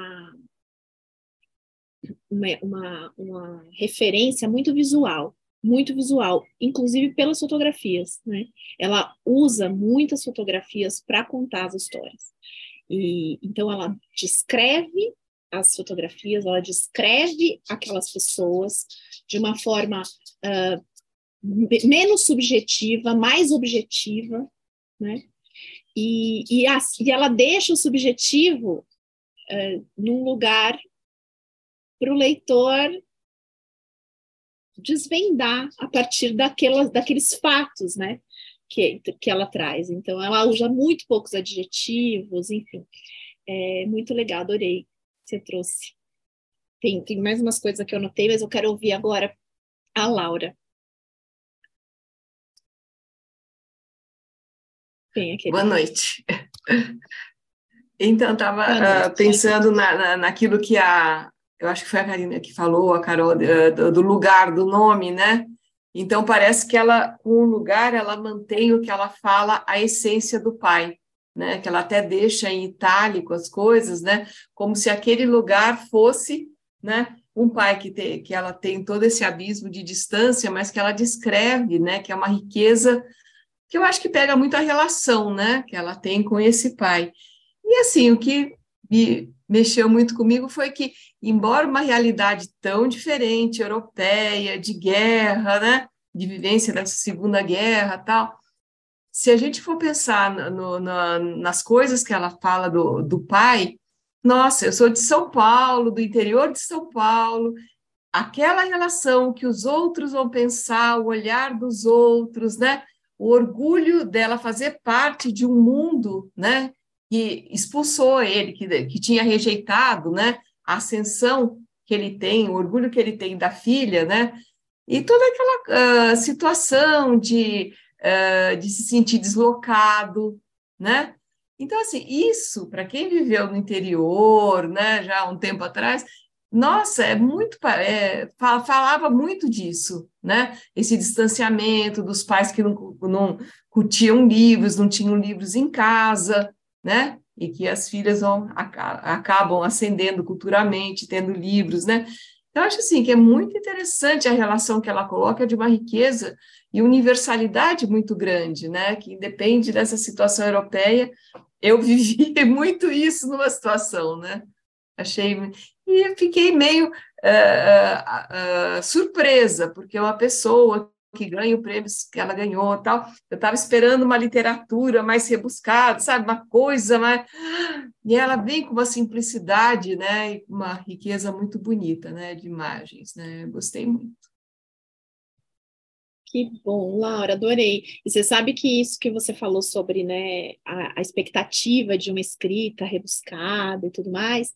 uma referência muito visual, inclusive pelas fotografias, né? Ela usa muitas fotografias para contar as histórias. E então ela descreve as fotografias, ela descreve aquelas pessoas de uma forma menos subjetiva, mais objetiva, né? E ela deixa o subjetivo num lugar para o leitor desvendar a partir daqueles fatos, né, que ela traz. Então, ela usa muito poucos adjetivos, enfim. É muito legal, adorei que você trouxe. Tem mais umas coisas que eu anotei, mas eu quero ouvir agora a Laura. Boa noite. Então, estava pensando naquilo que eu acho que foi a Karina que falou, a Carol, do lugar, do nome, né? Então, parece que ela, com o lugar, ela mantém o que ela fala, a essência do pai, né? Que ela até deixa em itálico as coisas, né? Como se aquele lugar fosse, né? Um pai que ela tem todo esse abismo de distância, mas que ela descreve, né? Que é uma riqueza que eu acho que pega muito a relação, né? Que ela tem com esse pai. E, assim, o que me mexeu muito comigo foi que, embora uma realidade tão diferente, europeia, de guerra, né, de vivência da Segunda Guerra, tal, se a gente for pensar nas coisas que ela fala do pai, nossa, eu sou de São Paulo, do interior de São Paulo, aquela relação que os outros vão pensar, o olhar dos outros, né, o orgulho dela fazer parte de um mundo, né, que expulsou ele, que tinha rejeitado, né, a ascensão que ele tem, o orgulho que ele tem da filha, né, e toda aquela situação de se sentir deslocado, né? Então, assim, isso, para quem viveu no interior, né, já há um tempo atrás, nossa, falava muito disso, né? Esse distanciamento dos pais que não curtiam livros, não tinham livros em casa, né? E que as filhas acabam ascendendo culturalmente, tendo livros, né? Então, acho assim, que é muito interessante a relação que ela coloca de uma riqueza e universalidade muito grande, né? Que independe dessa situação europeia. Eu vivi muito isso numa situação, né? Achei, e fiquei meio surpresa, porque é uma pessoa que ganha o prêmio que ela ganhou, tal. Eu estava esperando uma literatura mais rebuscada, sabe, uma coisa mais... E ela vem com uma simplicidade, né, e uma riqueza muito bonita, né, de imagens, né, gostei muito. Que bom, Laura, adorei. E você sabe que isso que você falou sobre, né, a expectativa de uma escrita rebuscada e tudo mais,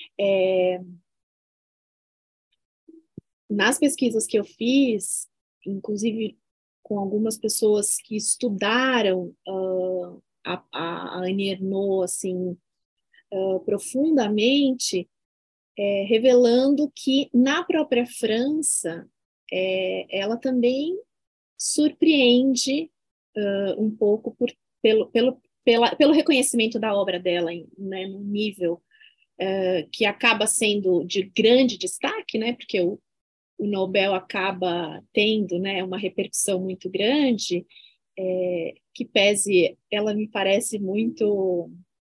nas pesquisas que eu fiz, inclusive com algumas pessoas que estudaram a Annie Ernaux, assim, profundamente, revelando que na própria França, ela também surpreende um pouco pelo reconhecimento da obra dela, né, num nível que acaba sendo de grande destaque, né, porque o Nobel acaba tendo, né, uma repercussão muito grande, que pese, ela me parece muito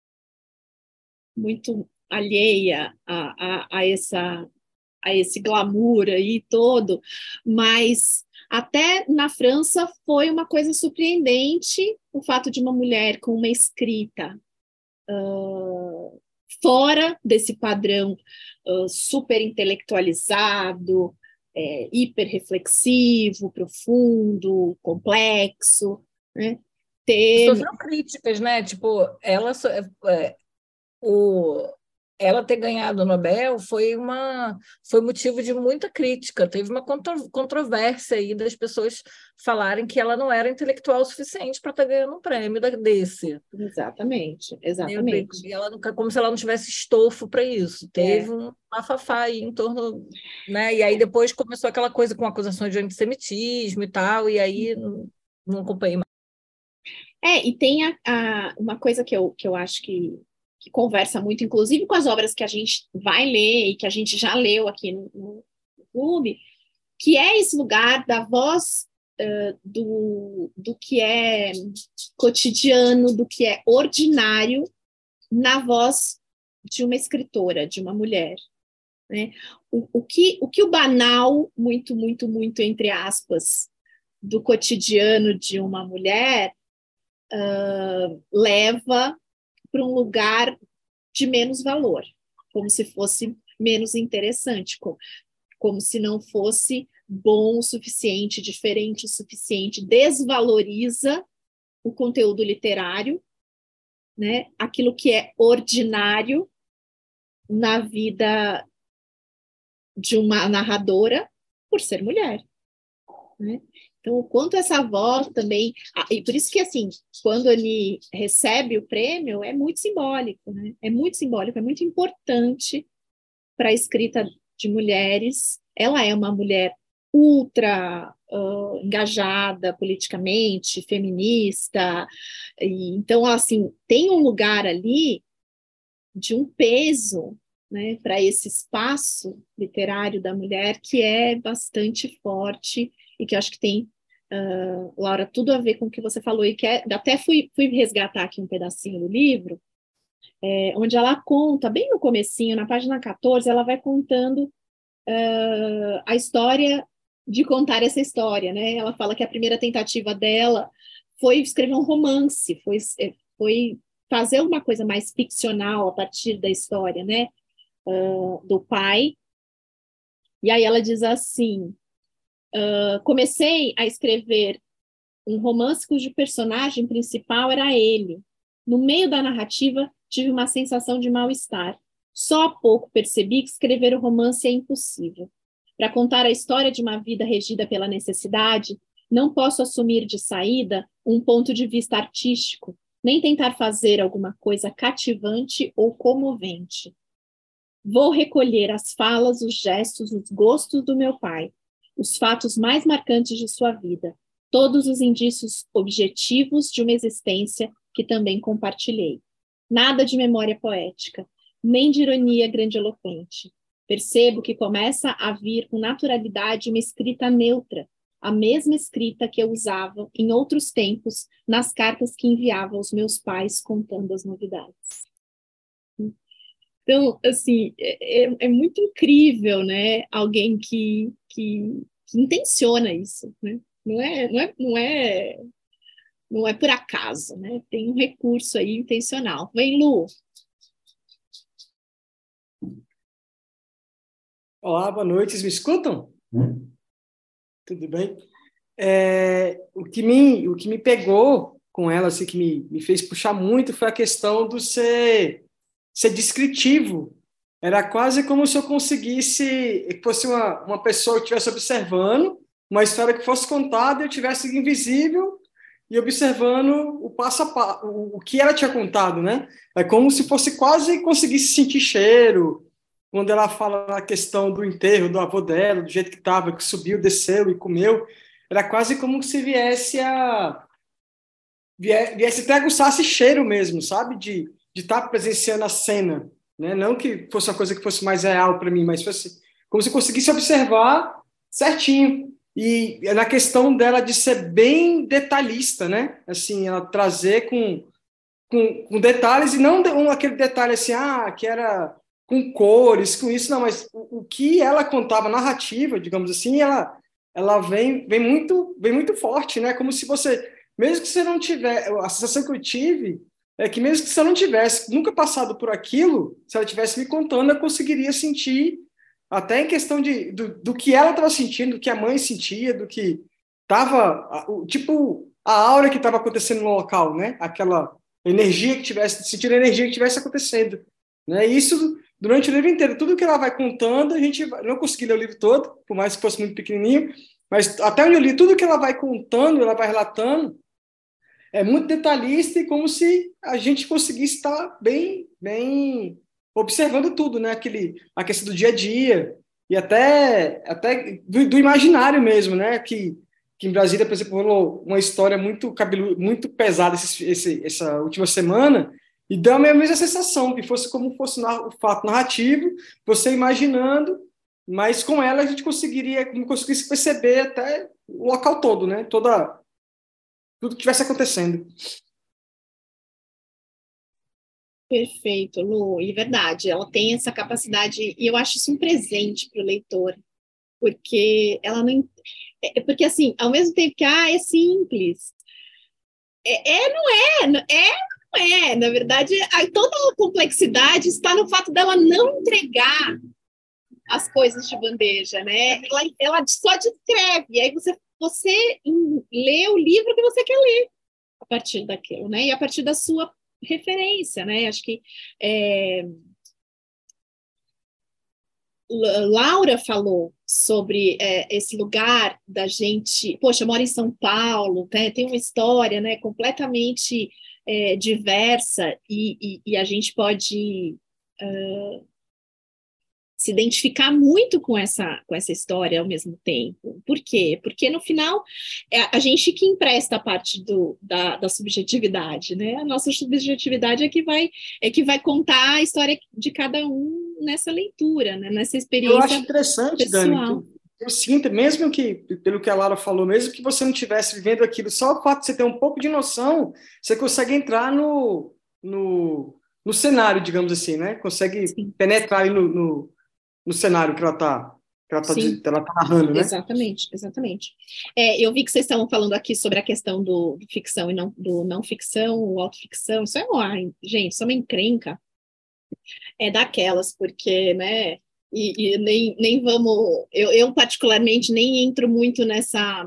alheia a esse glamour aí todo, mas até na França foi uma coisa surpreendente o fato de uma mulher com uma escrita fora desse padrão super intelectualizado, hiperreflexivo, profundo, complexo, né? Sofreu críticas, né? Tipo, ela ter ganhado o Nobel foi motivo de muita crítica. Teve uma controvérsia aí das pessoas falarem que ela não era intelectual o suficiente para estar ganhando um prêmio desse. Exatamente. E ela como se ela não tivesse estofo para isso. Teve um bafafá aí em torno, né? E aí depois começou aquela coisa com acusações de antissemitismo e tal, e aí não acompanhei mais. E tem uma coisa que eu acho que conversa muito, inclusive com as obras que a gente vai ler e que a gente já leu aqui no clube, que é esse lugar da voz do que é cotidiano, do que é ordinário, na voz de uma escritora, de uma mulher. Né? O que o banal, muito, muito, muito, entre aspas, do cotidiano de uma mulher leva para um lugar de menos valor, como se fosse menos interessante, como se não fosse bom o suficiente, diferente o suficiente, desvaloriza o conteúdo literário, né? Aquilo que é ordinário na vida de uma narradora por ser mulher, né? Então, o quanto essa voz também... E por isso que, assim, quando a Annie recebe o prêmio, é muito simbólico, né? É muito simbólico, é muito importante para a escrita de mulheres. Ela é uma mulher ultra engajada politicamente, feminista. Então, assim, tem um lugar ali de um peso, né, para esse espaço literário da mulher que é bastante forte e que eu acho que tem, Laura, tudo a ver com o que você falou, e que até fui resgatar aqui um pedacinho do livro, onde ela conta, bem no comecinho, na página 14, ela vai contando a história de contar essa história, né? Ela fala que a primeira tentativa dela foi escrever um romance, foi fazer uma coisa mais ficcional a partir da história, né? Do pai. E aí ela diz assim: comecei a escrever um romance cujo personagem principal era ele. No meio da narrativa, tive uma sensação de mal-estar. Só há pouco percebi que escrever o romance é impossível. Para contar a história de uma vida regida pela necessidade, não posso assumir de saída um ponto de vista artístico, nem tentar fazer alguma coisa cativante ou comovente. Vou recolher as falas, os gestos, os gostos do meu pai, os fatos mais marcantes de sua vida, todos os indícios objetivos de uma existência que também compartilhei. Nada de memória poética, nem de ironia grandiloquente. Percebo que começa a vir com naturalidade uma escrita neutra, a mesma escrita que eu usava em outros tempos nas cartas que enviava aos meus pais contando as novidades. Então, assim, é muito incrível, né? Alguém que intenciona isso, né? Não é por acaso, né? Tem um recurso aí intencional. Vem, Lu. Olá, boa noite. Vocês me escutam? Tudo bem? O que me pegou com ela, assim, que me fez puxar muito, foi a questão do ser descritivo. Era quase como se eu conseguisse, que fosse uma pessoa que estivesse observando uma história que fosse contada e eu estivesse invisível e observando o passo a passo, o que ela tinha contado, né? É como se fosse quase conseguisse sentir cheiro, quando ela fala na questão do enterro do avô dela, do jeito que estava, que subiu, desceu e comeu, era quase como se viesse até aguçasse cheiro mesmo, sabe? De estar presenciando a cena, né? Não que fosse uma coisa que fosse mais real para mim, mas fosse como se conseguisse observar certinho. E na questão dela de ser bem detalhista, né? Assim, ela trazer com detalhes, e não aquele detalhe assim, que era com cores, com isso, não, mas o que ela contava, narrativa, digamos assim, ela vem muito forte, né? Como se você, mesmo que você não tiver, a sensação que eu tive é que mesmo que você não tivesse nunca passado por aquilo, se ela tivesse me contando, eu conseguiria sentir, até em questão do que ela estava sentindo, do que a mãe sentia, do que estava, tipo, a aura que estava acontecendo no local, né? Aquela energia que tivesse, sentir a energia que tivesse acontecendo, né? Isso durante o livro inteiro, tudo que ela vai contando, a gente não consegui ler o livro todo, por mais que fosse muito pequenininho, mas até onde eu li, tudo que ela vai contando, ela vai relatando, é muito detalhista e como se a gente conseguisse estar bem observando tudo, né? A questão do dia a dia e até do imaginário mesmo, né? Que em Brasília, por exemplo, rolou uma história muito pesada essa última semana, e deu a mesma sensação, que fosse como fosse o fato narrativo, você imaginando, mas com ela a gente conseguisse perceber até o local todo, né? Tudo que estivesse acontecendo. Perfeito, Lu, e verdade, ela tem essa capacidade, e eu acho isso um presente para o leitor, porque ela não. Porque, assim, ao mesmo tempo que é simples, não é. Na verdade, toda a complexidade está no fato dela não entregar as coisas de bandeja, né? Ela só descreve, e aí você lê o livro que você quer ler a partir daquilo, né? E a partir da sua referência, né? Acho que Laura falou sobre esse lugar da gente, poxa, mora em São Paulo, né? Tem uma história, né, completamente diversa e a gente pode se identificar muito com essa história ao mesmo tempo. Por quê? Porque, no final, a gente que empresta a parte da subjetividade, né? A nossa subjetividade é que vai contar a história de cada um nessa leitura, né? Nessa experiência pessoal. Eu acho interessante, Dani, que eu sinto, mesmo que, pelo que a Lara falou, mesmo que você não estivesse vivendo aquilo, só o fato de você ter um pouco de noção, você consegue entrar no cenário, digamos assim, né? Consegue Sim. penetrar aí no cenário que ela está narrando, né? Exatamente. Eu vi que vocês estavam falando aqui sobre a questão do ficção e do não ficção, autoficção. Isso gente, isso é uma encrenca. É daquelas, porque, né? E nem vamos. Eu particularmente nem entro muito nessa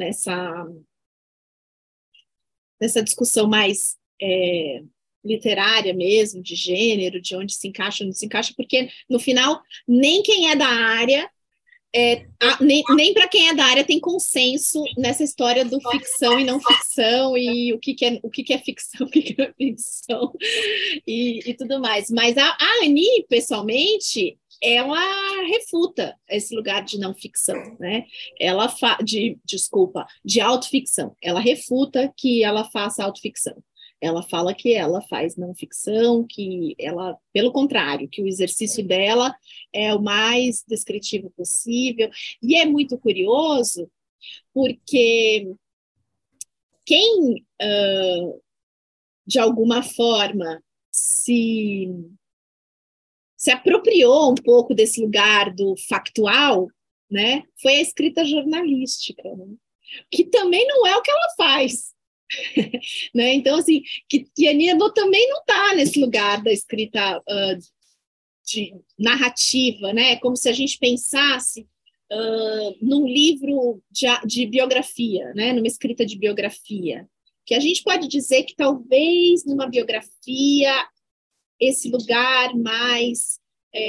discussão mais literária mesmo, de gênero, de onde se encaixa, onde se encaixa, porque no final nem quem é da área Nem para quem é da área tem consenso nessa história do ficção e não ficção, e o que é ficção, o que é ficção, e tudo mais. Mas a Annie, pessoalmente, ela refuta esse lugar de não ficção, né? Ela de autoficção. Ela refuta que ela faça autoficção. Ela fala que ela faz não ficção, que ela, pelo contrário, que o exercício dela é o mais descritivo possível. E é muito curioso, porque quem, de alguma forma, se apropriou um pouco desse lugar do factual, né, foi a escrita jornalística, né? Que também não é o que ela faz. Né? Então, assim, que a Annie Ernaux também não está nesse lugar da escrita de narrativa, né? Como se a gente pensasse num livro de biografia, né? Numa escrita de biografia, que a gente pode dizer que talvez numa biografia esse lugar mais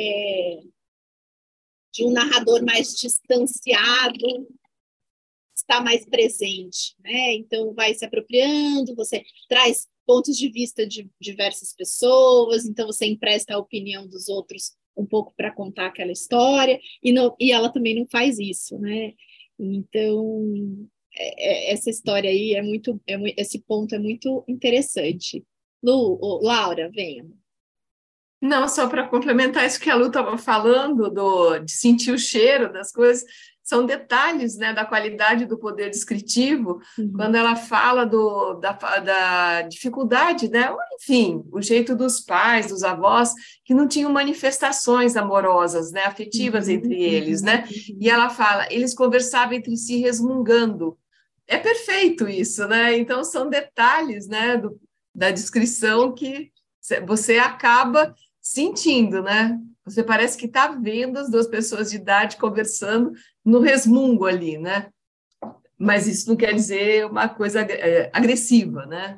de um narrador mais distanciado está mais presente, né? Então vai se apropriando, você traz pontos de vista de diversas pessoas, então você empresta a opinião dos outros um pouco para contar aquela história, e ela também não faz isso, né? Então essa história aí esse ponto é muito interessante. Laura, venha. Não, só para complementar isso que a Lu estava falando, de sentir o cheiro das coisas, são detalhes, né, da qualidade do poder descritivo, quando ela fala da dificuldade, né, enfim, o jeito dos pais, dos avós, que não tinham manifestações amorosas, né, afetivas entre eles, né, e ela fala, eles conversavam entre si resmungando. É perfeito isso, né, então são detalhes, né, da descrição que você acaba sentindo, né? Você parece que está vendo as duas pessoas de idade conversando no resmungo ali, né? Mas isso não quer dizer uma coisa agressiva, né?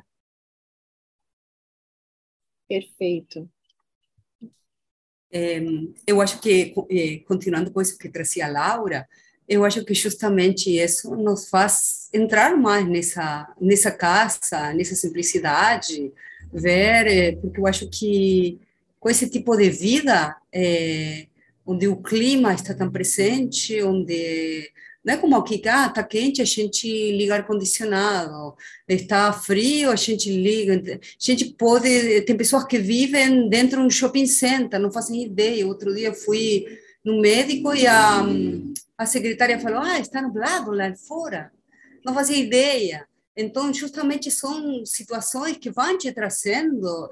Perfeito. Eu acho que, continuando com isso que trazia a Laura, eu acho que justamente isso nos faz entrar mais nessa casa, nessa simplicidade, ver, porque eu acho que com esse tipo de vida, onde o clima está tão presente, onde não é como aqui, está quente, a gente liga ar-condicionado, está frio, a gente liga, a gente pode, tem pessoas que vivem dentro de um shopping center, não fazem ideia. Outro dia eu fui no médico e a secretária falou, está nublado lá fora, não fazia ideia. Então, justamente são situações que vão te trazendo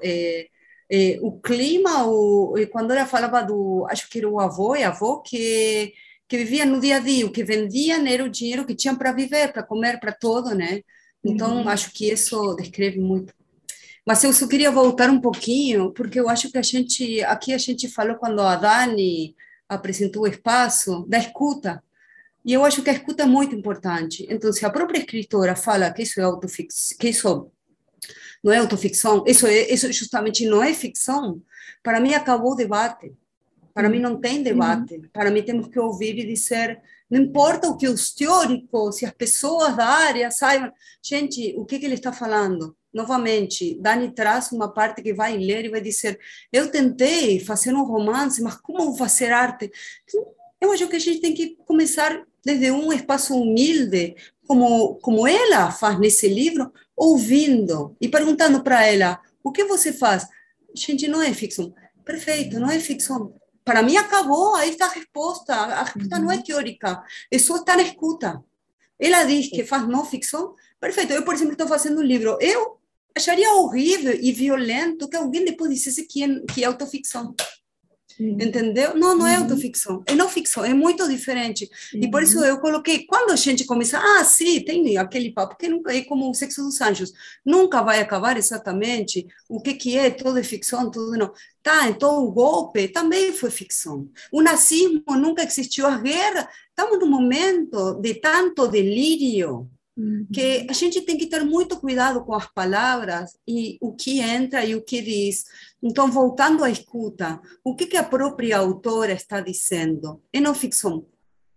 o clima, quando ela falava acho que era o avô e a avó que vivia no dia a dia, o que vendiam era o dinheiro que tinham para viver, para comer, para tudo, né? Então, acho que isso descreve muito. Mas eu só queria voltar um pouquinho, porque eu acho que aqui a gente falou quando a Dani apresentou o espaço da escuta, e eu acho que a escuta é muito importante. Então, se a própria escritora fala que isso é autoficção, que isso não é autoficção, isso justamente não é ficção, para mim acabou o debate. Para mim não tem debate. Para mim temos que ouvir e dizer, não importa o que os teóricos, se as pessoas da área saibam. Gente, o que ele está falando? Novamente, Dani traz uma parte que vai ler e vai dizer, eu tentei fazer um romance, mas como vou fazer arte? Eu acho que a gente tem que começar desde um espaço humilde, como ela faz nesse livro, ouvindo e perguntando para ela, o que você faz? Gente, não é ficção. Perfeito, não é ficção. Para mim acabou, aí está a resposta. A resposta não é teórica, é só estar na escuta. Ela diz que faz não ficção. Perfeito, eu, por exemplo, estou fazendo um livro. Eu acharia horrível e violento que alguém depois dissesse que é autoficção. Entendeu? Não é autoficção, é não ficção, é muito diferente. E por isso eu coloquei, quando a gente começa, sim, tem aquele papo, que nunca é como o Sexo dos Anjos, nunca vai acabar exatamente o que é, tudo é ficção, tudo não. Tá, então o golpe também foi ficção. O nazismo nunca existiu, a guerra, estamos num momento de tanto delírio, que a gente tem que ter muito cuidado com as palavras e o que entra e o que diz. Então, voltando à escuta, o que a própria autora está dizendo? É não ficção.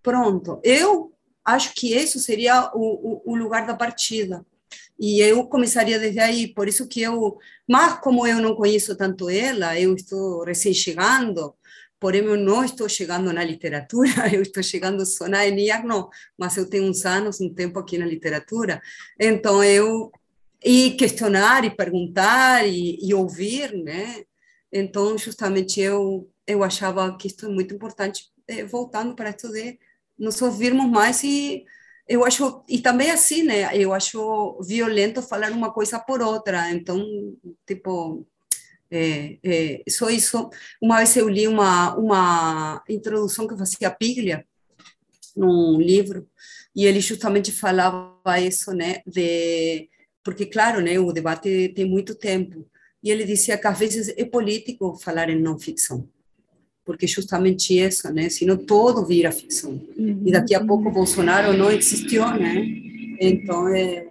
pronto. Eu acho que isso seria o lugar da partida. E eu começaria desde aí, por isso que mas como eu não conheço tanto ela, eu estou recém-chegando, porém eu não estou chegando na literatura, eu estou chegando só na ENIAC, não, mas eu tenho uns anos, um tempo aqui na literatura, então e questionar, e perguntar, e ouvir, né? Então, justamente, eu achava que isso é muito importante, voltando para isso de nos ouvirmos mais eu acho, e também assim, né, eu acho violento falar uma coisa por outra, então, tipo, só isso, uma vez eu li uma introdução que fazia Piglia, num livro, e ele justamente falava isso, né, porque, claro, né, o debate tem muito tempo, e ele dizia que às vezes é político falar em não ficção, porque justamente isso, né? Senão todo vira ficção. E daqui a pouco Bolsonaro não existiu, né? Então, é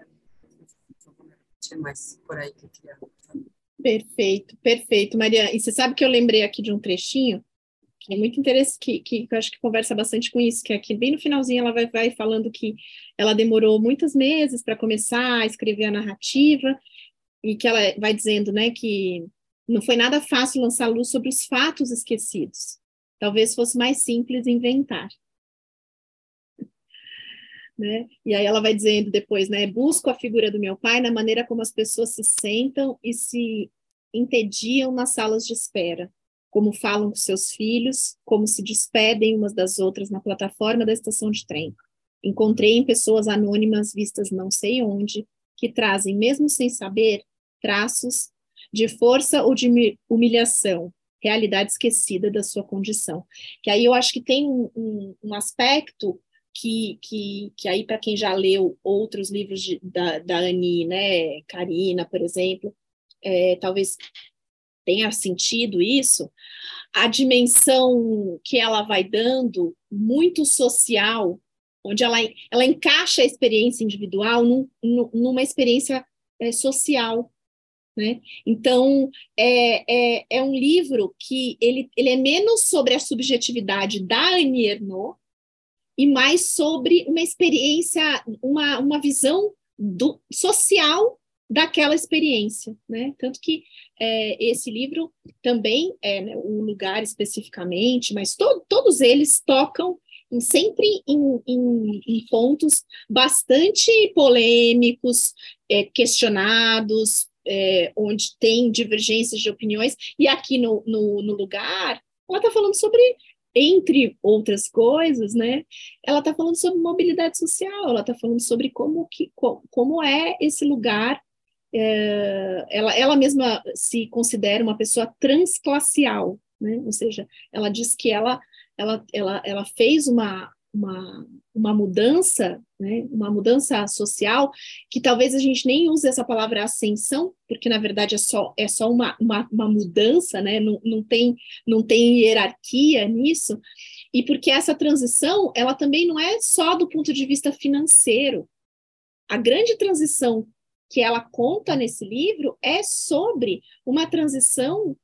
mais por aí que eu queria. Perfeito, perfeito, Maria. E você sabe que eu lembrei aqui de um trechinho que é muito interessante, que eu acho que conversa bastante com isso, que aqui bem no finalzinho ela vai falando que ela demorou muitos meses para começar a escrever a narrativa, e que ela vai dizendo, né, que não foi nada fácil lançar luz sobre os fatos esquecidos. Talvez fosse mais simples inventar. Né? E aí ela vai dizendo depois, né, busco a figura do meu pai na maneira como as pessoas se sentam e se entediam nas salas de espera, como falam com seus filhos, como se despedem umas das outras na plataforma da estação de trem. Encontrei em pessoas anônimas vistas não sei onde, que trazem, mesmo sem saber, traços de força ou de humilhação, realidade esquecida da sua condição. Que aí eu acho que tem um aspecto que aí, para quem já leu outros livros da Annie, né, Karina, por exemplo, talvez tenha sentido isso, a dimensão que ela vai dando, muito social, onde ela encaixa a experiência individual numa experiência social, né? Então, é um livro que ele é menos sobre a subjetividade da Annie Ernaux e mais sobre uma experiência, uma visão social daquela experiência, né? Tanto que esse livro também, né, um lugar especificamente, mas todos eles tocam sempre em pontos bastante polêmicos, questionados, onde tem divergências de opiniões, e aqui no lugar, ela está falando sobre, entre outras coisas, né? Ela está falando sobre mobilidade social, ela está falando sobre como é esse lugar. Ela mesma se considera uma pessoa transclassial, né? Ou seja, ela diz que ela fez uma mudança, né? Uma mudança social, que talvez a gente nem use essa palavra ascensão, porque na verdade é só uma mudança, né? Não tem hierarquia nisso, e porque essa transição, ela também não é só do ponto de vista financeiro. A grande transição que ela conta nesse livro é sobre uma transição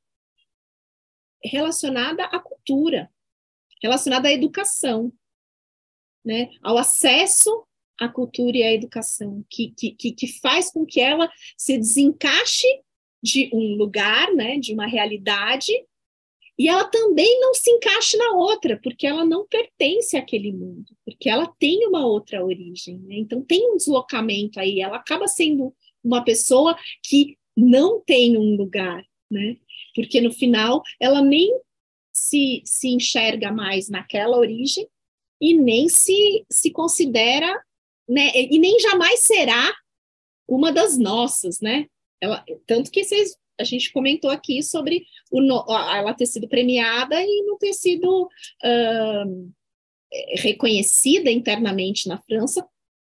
relacionada à cultura, relacionada à educação, né? Ao acesso à cultura e à educação, que faz com que ela se desencaixe de um lugar, né, de uma realidade, e ela também não se encaixe na outra, porque ela não pertence àquele mundo, porque ela tem uma outra origem, né? Então tem um deslocamento aí, ela acaba sendo uma pessoa que não tem um lugar, né? Porque no final ela nem se enxerga mais naquela origem e nem se considera, né? E nem jamais será uma das nossas, né? Tanto que a gente comentou aqui sobre ela ter sido premiada e não ter sido reconhecida internamente na França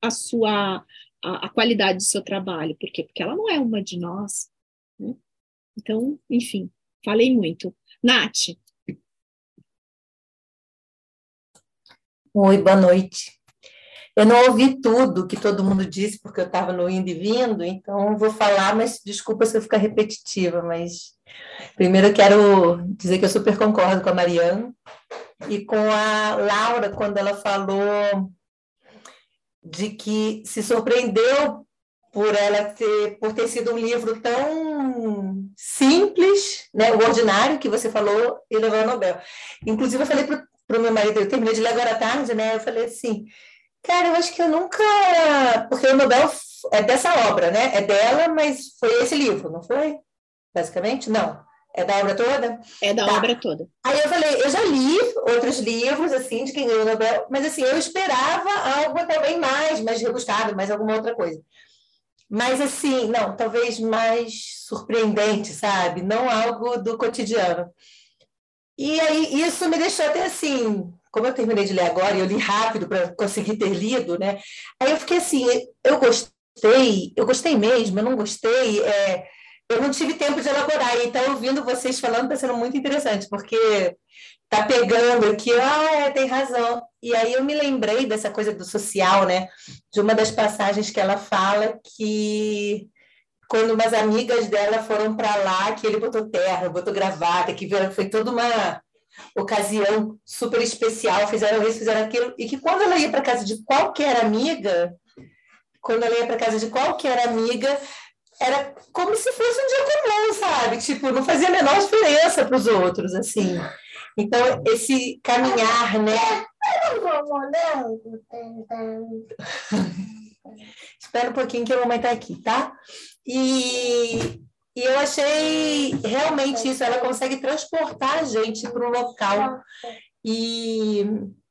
a qualidade do seu trabalho. Por quê? Porque ela não é uma de nós, né? Então, enfim, falei muito. Nath. Oi, boa noite. Eu não ouvi tudo que todo mundo disse, porque eu estava no indo e vindo, então vou falar, mas desculpa se eu ficar repetitiva, mas primeiro eu quero dizer que eu super concordo com a Mariana e com a Laura, quando ela falou de que se surpreendeu por ter sido um livro tão simples, né, o ordinário que você falou, e levou ao Nobel. Inclusive, eu falei para o meu marido, eu terminei de ler agora à tarde, né, eu falei assim, cara, eu acho que eu nunca... Porque o Nobel é dessa obra, né, é dela, mas foi esse livro, não foi? Basicamente? Não. É da obra toda? É da obra toda. Aí eu falei, eu já li outros livros, assim, de quem ganhou o Nobel, mas, assim, eu esperava algo também mais rebuscado, mais alguma outra coisa. Mas, assim, não, talvez mais surpreendente, sabe? Não algo do cotidiano. E aí, isso me deixou até assim, como eu terminei de ler agora, e eu li rápido para conseguir ter lido, né? Aí eu fiquei assim, eu gostei mesmo, eu não gostei, eu não tive tempo de elaborar, e então, ouvindo vocês falando, está sendo muito interessante, porque tá pegando aqui, tem razão. E aí eu me lembrei dessa coisa do social, né? De uma das passagens que ela fala que quando umas amigas dela foram para lá, que ele botou terra, botou gravata, que foi toda uma ocasião super especial, fizeram isso, fizeram aquilo, e que quando ela ia para casa de qualquer amiga, era como se fosse um dia comum, sabe? Tipo, não fazia a menor diferença para os outros, assim. Então, esse caminhar, né? Espera um pouquinho que a mamãe está aqui, tá? E eu achei realmente isso, ela consegue transportar a gente para um local. E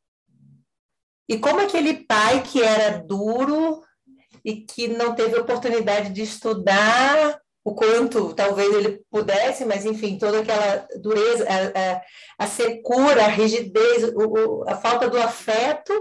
como aquele pai que era duro e que não teve oportunidade de estudar o quanto talvez ele pudesse, mas, enfim, toda aquela dureza, a secura, a rigidez, a falta do afeto.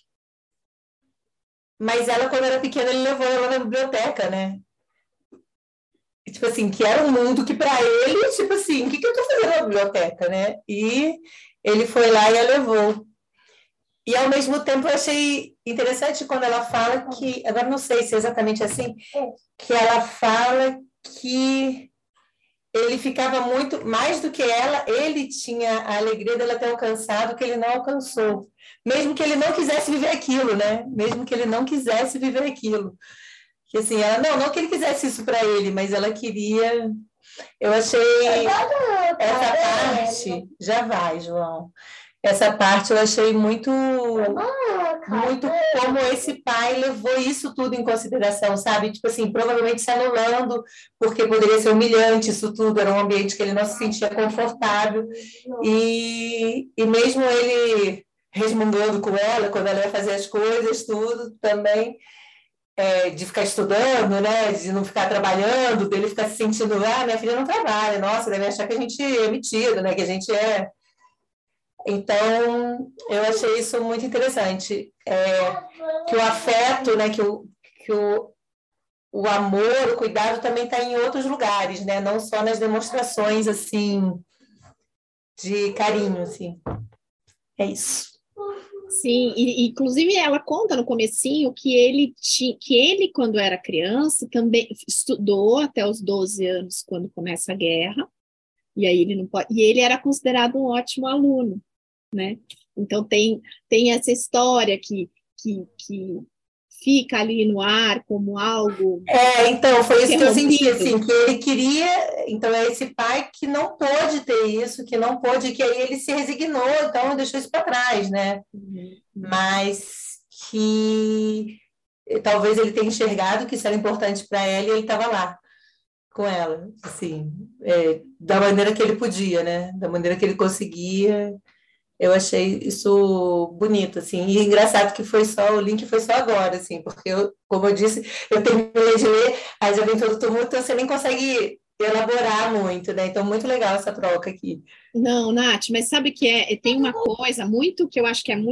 Mas ela, quando era pequena, ele levou ela na biblioteca, né? E, tipo assim, que era um mundo que, para ele, tipo assim, o que eu estou fazendo na biblioteca, né? E ele foi lá e a levou. E, ao mesmo tempo, eu achei interessante quando ela fala que, agora não sei se é exatamente assim, que ela fala que ele ficava muito, mais do que ela, ele tinha a alegria dela ter alcançado o que ele não alcançou. Mesmo que ele não quisesse viver aquilo, né? Mesmo que ele não quisesse viver aquilo. Que assim, ela, não que ele quisesse isso para ele, mas ela queria... Eu achei essa parte... Já vai, João. Essa parte eu achei muito como esse pai levou isso tudo em consideração, sabe? Tipo assim, provavelmente se anulando, porque poderia ser humilhante isso tudo, era um ambiente que ele não se sentia confortável. E mesmo ele resmungando com ela, quando ela ia fazer as coisas, tudo também, de ficar estudando, né? De não ficar trabalhando, dele ficar se sentindo, minha filha não trabalha, nossa, deve achar que a gente é metido, né? Que a gente é... Então, eu achei isso muito interessante, que o afeto, né, que o amor, o cuidado também está em outros lugares, né, não só nas demonstrações, assim, de carinho, assim. É isso. Sim, e inclusive ela conta no comecinho que ele, quando era criança, também estudou até os 12 anos, quando começa a guerra, e aí ele não pode, e ele era considerado um ótimo aluno, né? Então tem essa história que fica ali no ar como algo... Então, foi isso que eu senti, assim, que ele queria... Então, é esse pai que não pôde ter isso, que não pôde, que aí ele se resignou, então deixou isso para trás, né? Mas que talvez ele tenha enxergado que isso era importante para ela e ele estava lá com ela, assim, da maneira que ele podia, né? Da maneira que ele conseguia. Eu achei isso bonito, assim, e engraçado que o link foi só agora, assim, porque como eu disse, eu terminei de ler, aí já vem todo tumulto, então você nem consegue elaborar muito, né? Então, muito legal essa troca aqui. Não, Nath, mas sabe que tem uma coisa muito que eu acho que é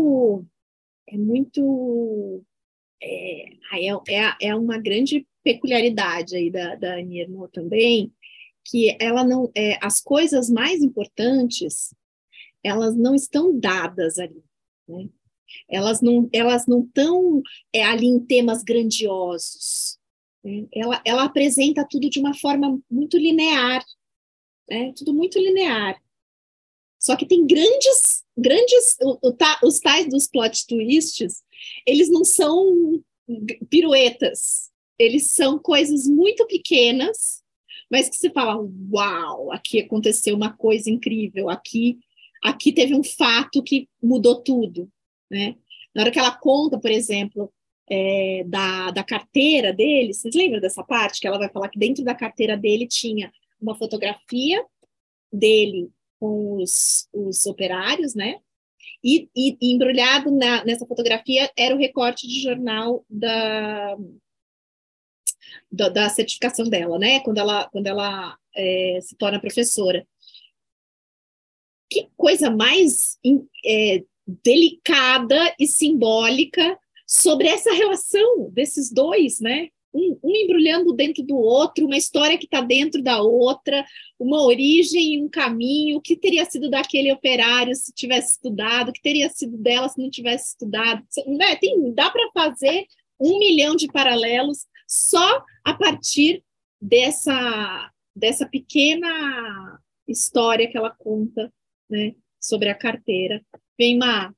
uma grande peculiaridade aí da Annie Ernaux também, que ela não, as coisas mais importantes, elas não estão dadas ali, né? Elas não estão ali em temas grandiosos. Né? Ela apresenta tudo de uma forma muito linear, né? Tudo muito linear. Só que tem grandes os tais dos plot twists, eles não são piruetas, eles são coisas muito pequenas, mas que você fala, uau, aqui aconteceu uma coisa incrível, aqui teve um fato que mudou tudo, né? Na hora que ela conta, por exemplo, da carteira dele, vocês lembram dessa parte? Que ela vai falar que dentro da carteira dele tinha uma fotografia dele com os operários, né? E embrulhado nessa fotografia era o recorte de jornal da certificação dela, né? Quando ela se torna professora. Que coisa mais delicada e simbólica sobre essa relação desses dois, né? Um embrulhando dentro do outro, uma história que está dentro da outra, uma origem e um caminho, o que teria sido daquele operário se tivesse estudado, o que teria sido dela se não tivesse estudado. Né? Dá para fazer 1 milhão de paralelos só a partir dessa pequena história que ela conta, né, sobre a carteira. Vem, Má.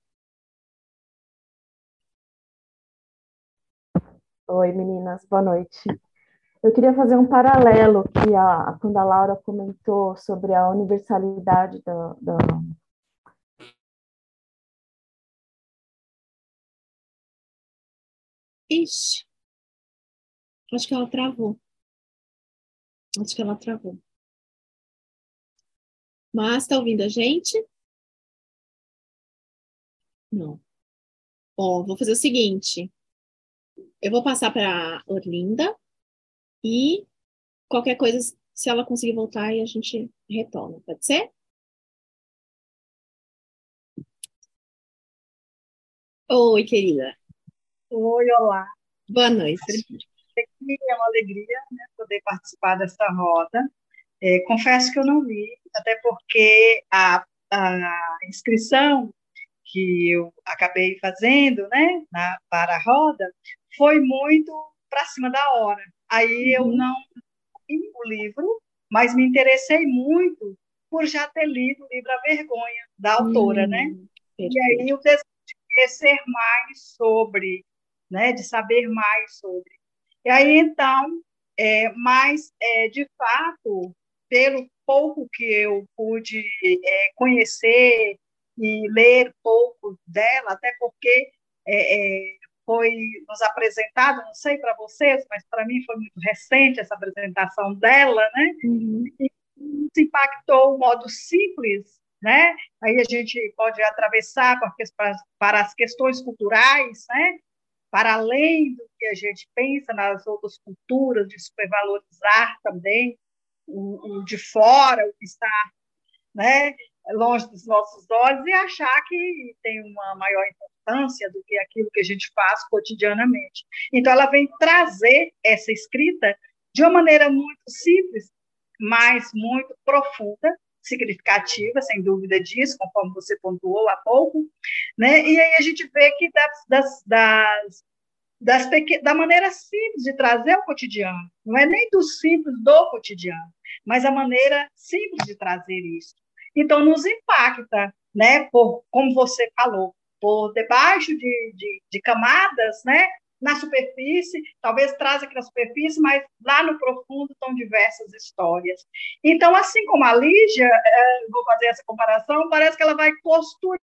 Oi, meninas, boa noite. Eu queria fazer um paralelo que quando a Laura comentou sobre a universalidade da... Ixi, acho que ela travou. Mas está ouvindo a gente? Não. Ó, vou fazer o seguinte. Eu vou passar para a Orlinda e qualquer coisa, se ela conseguir voltar, aí a gente retorna. Pode ser? Oi, querida. Oi, olá. Boa noite. É uma alegria, né, poder participar dessa roda. Confesso que eu não li, até porque a inscrição que eu acabei fazendo, né, para a roda foi muito para cima da hora. Aí eu não li o livro, mas me interessei muito por já ter lido o livro A Vergonha, da autora, né? Perfeito. E aí eu decidi conhecer mais sobre, né, de saber mais sobre. E aí, então, de fato, pelo pouco que eu pude conhecer e ler pouco dela, até porque foi nos apresentado, não sei para vocês, mas para mim foi muito recente essa apresentação dela, né? E nos impactou o modo simples, né? Aí a gente pode atravessar para as questões culturais, né? Para além do que a gente pensa nas outras culturas, de supervalorizar também o de fora, o que está, né, longe dos nossos olhos, e achar que tem uma maior importância do que aquilo que a gente faz cotidianamente. Então, ela vem trazer essa escrita de uma maneira muito simples, mas muito profunda, significativa, sem dúvida disso, conforme você pontuou há pouco, né? E aí a gente vê que da maneira simples de trazer o cotidiano, não é nem do simples do cotidiano, mas a maneira simples de trazer isso. Então, nos impacta, né? Como você falou, por debaixo de camadas, né? Na superfície, talvez traz aqui na superfície, mas lá no profundo estão diversas histórias. Então, assim como a Lígia, vou fazer essa comparação, parece que ela vai costurando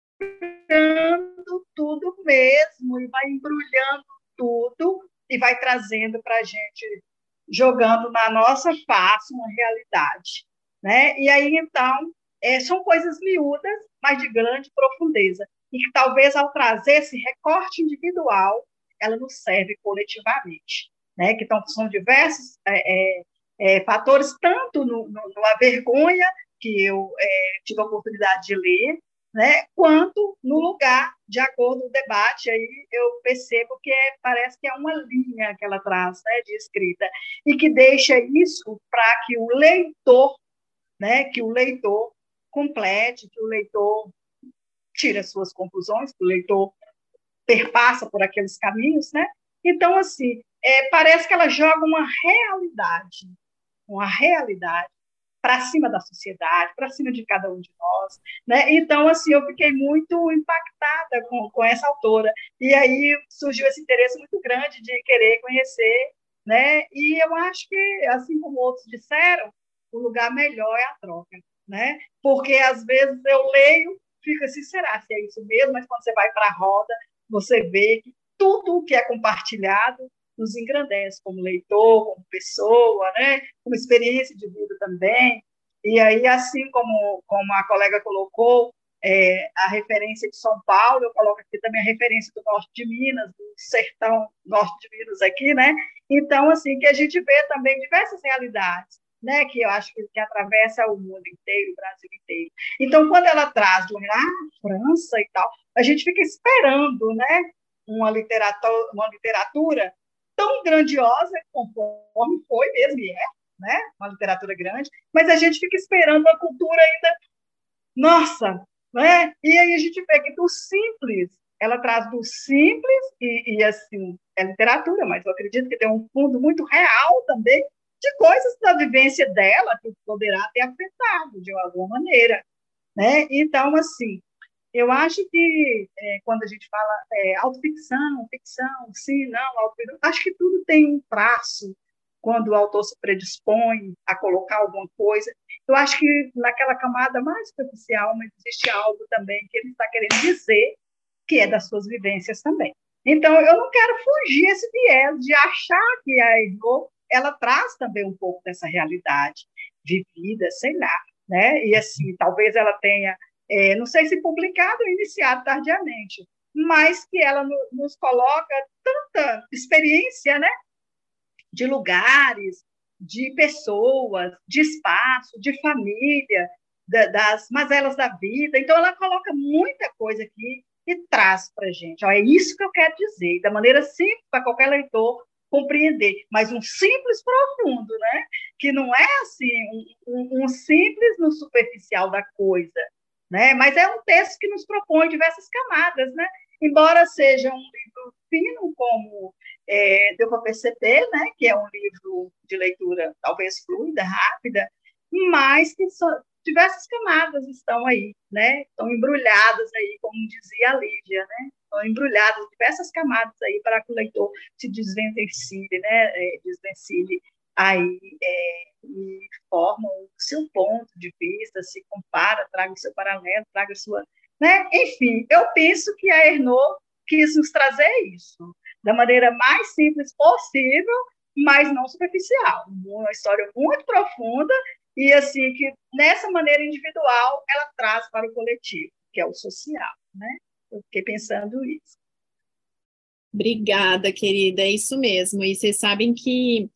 tudo mesmo e vai embrulhando tudo e vai trazendo para a gente, jogando na nossa face uma realidade, né? E aí, então, são coisas miúdas, mas de grande profundeza, e que talvez, ao trazer esse recorte individual, ela nos serve coletivamente, né? Que então, são diversos fatores, tanto A Vergonha, que eu tive a oportunidade de ler, né, quanto no lugar, de acordo com o debate, aí eu percebo que parece que é uma linha que ela traz, né, de escrita, e que deixa isso para que o leitor, né, complete, que o leitor tire as suas conclusões, que o leitor perpassa por aqueles caminhos, né? Então, assim, parece que ela joga uma realidade para cima da sociedade, para cima de cada um de nós, né? Então, assim, eu fiquei muito impactada com essa autora, e aí surgiu esse interesse muito grande de querer conhecer, né? E eu acho que, assim como outros disseram, o lugar melhor é a troca, né? Porque, às vezes, eu leio, fico assim, será se é isso mesmo? Mas quando você vai para a roda, você vê que tudo o que é compartilhado nos engrandece como leitor, como pessoa, né? Como experiência de vida também. E aí, assim como a colega colocou, a referência de São Paulo, eu coloco aqui também a referência do norte de Minas, do sertão norte de Minas aqui, né? Então, assim, que a gente vê também diversas realidades, né? Que eu acho que atravessa o mundo inteiro, o Brasil inteiro. Então, quando ela traz de França e tal, a gente fica esperando, né? Uma literatura tão grandiosa conforme foi mesmo, e né? Uma literatura grande, mas a gente fica esperando uma cultura ainda, nossa, né? E aí a gente vê que do simples, ela traz do simples, e assim, é literatura, mas eu acredito que tem um fundo muito real também de coisas da vivência dela que poderá ter afetado de alguma maneira, né? Então, assim, eu acho que quando a gente fala autoficção, ficção, sim, não, autoficção, acho que tudo tem um traço quando o autor se predispõe a colocar alguma coisa. Eu acho que naquela camada mais superficial, mas existe algo também que ele está querendo dizer, que é das suas vivências também. Então, eu não quero fugir esse viés de achar que a Ernaux, ela traz também um pouco dessa realidade vivida, sei lá, né? E assim, talvez ela tenha não sei se publicado ou iniciado tardiamente, mas que ela nos coloca tanta experiência, né, de lugares, de pessoas, de espaço, de família, das mazelas da vida. Então, ela coloca muita coisa aqui e traz para a gente. É isso que eu quero dizer, da maneira simples para qualquer leitor compreender, mas um simples profundo, né? Que não é assim um simples no superficial da coisa, né? Mas é um texto que nos propõe diversas camadas, né? Embora seja um livro fino, como deu para perceber, né? Que é um livro de leitura talvez fluida, rápida, mas que diversas camadas estão aí, né? Estão embrulhadas aí, como dizia a Lídia, né? Estão embrulhadas diversas camadas aí para que o leitor se desvencilhe, né? Desvencilhe aí e forma o seu ponto de vista, se compara, traga o seu paralelo, traga a sua... Né? Enfim, eu penso que a Ernaux quis nos trazer isso, da maneira mais simples possível, mas não superficial. Uma história muito profunda e, assim, que nessa maneira individual ela traz para o coletivo, que é o social, né? Eu fiquei pensando isso. Obrigada, querida, é isso mesmo. E vocês sabem que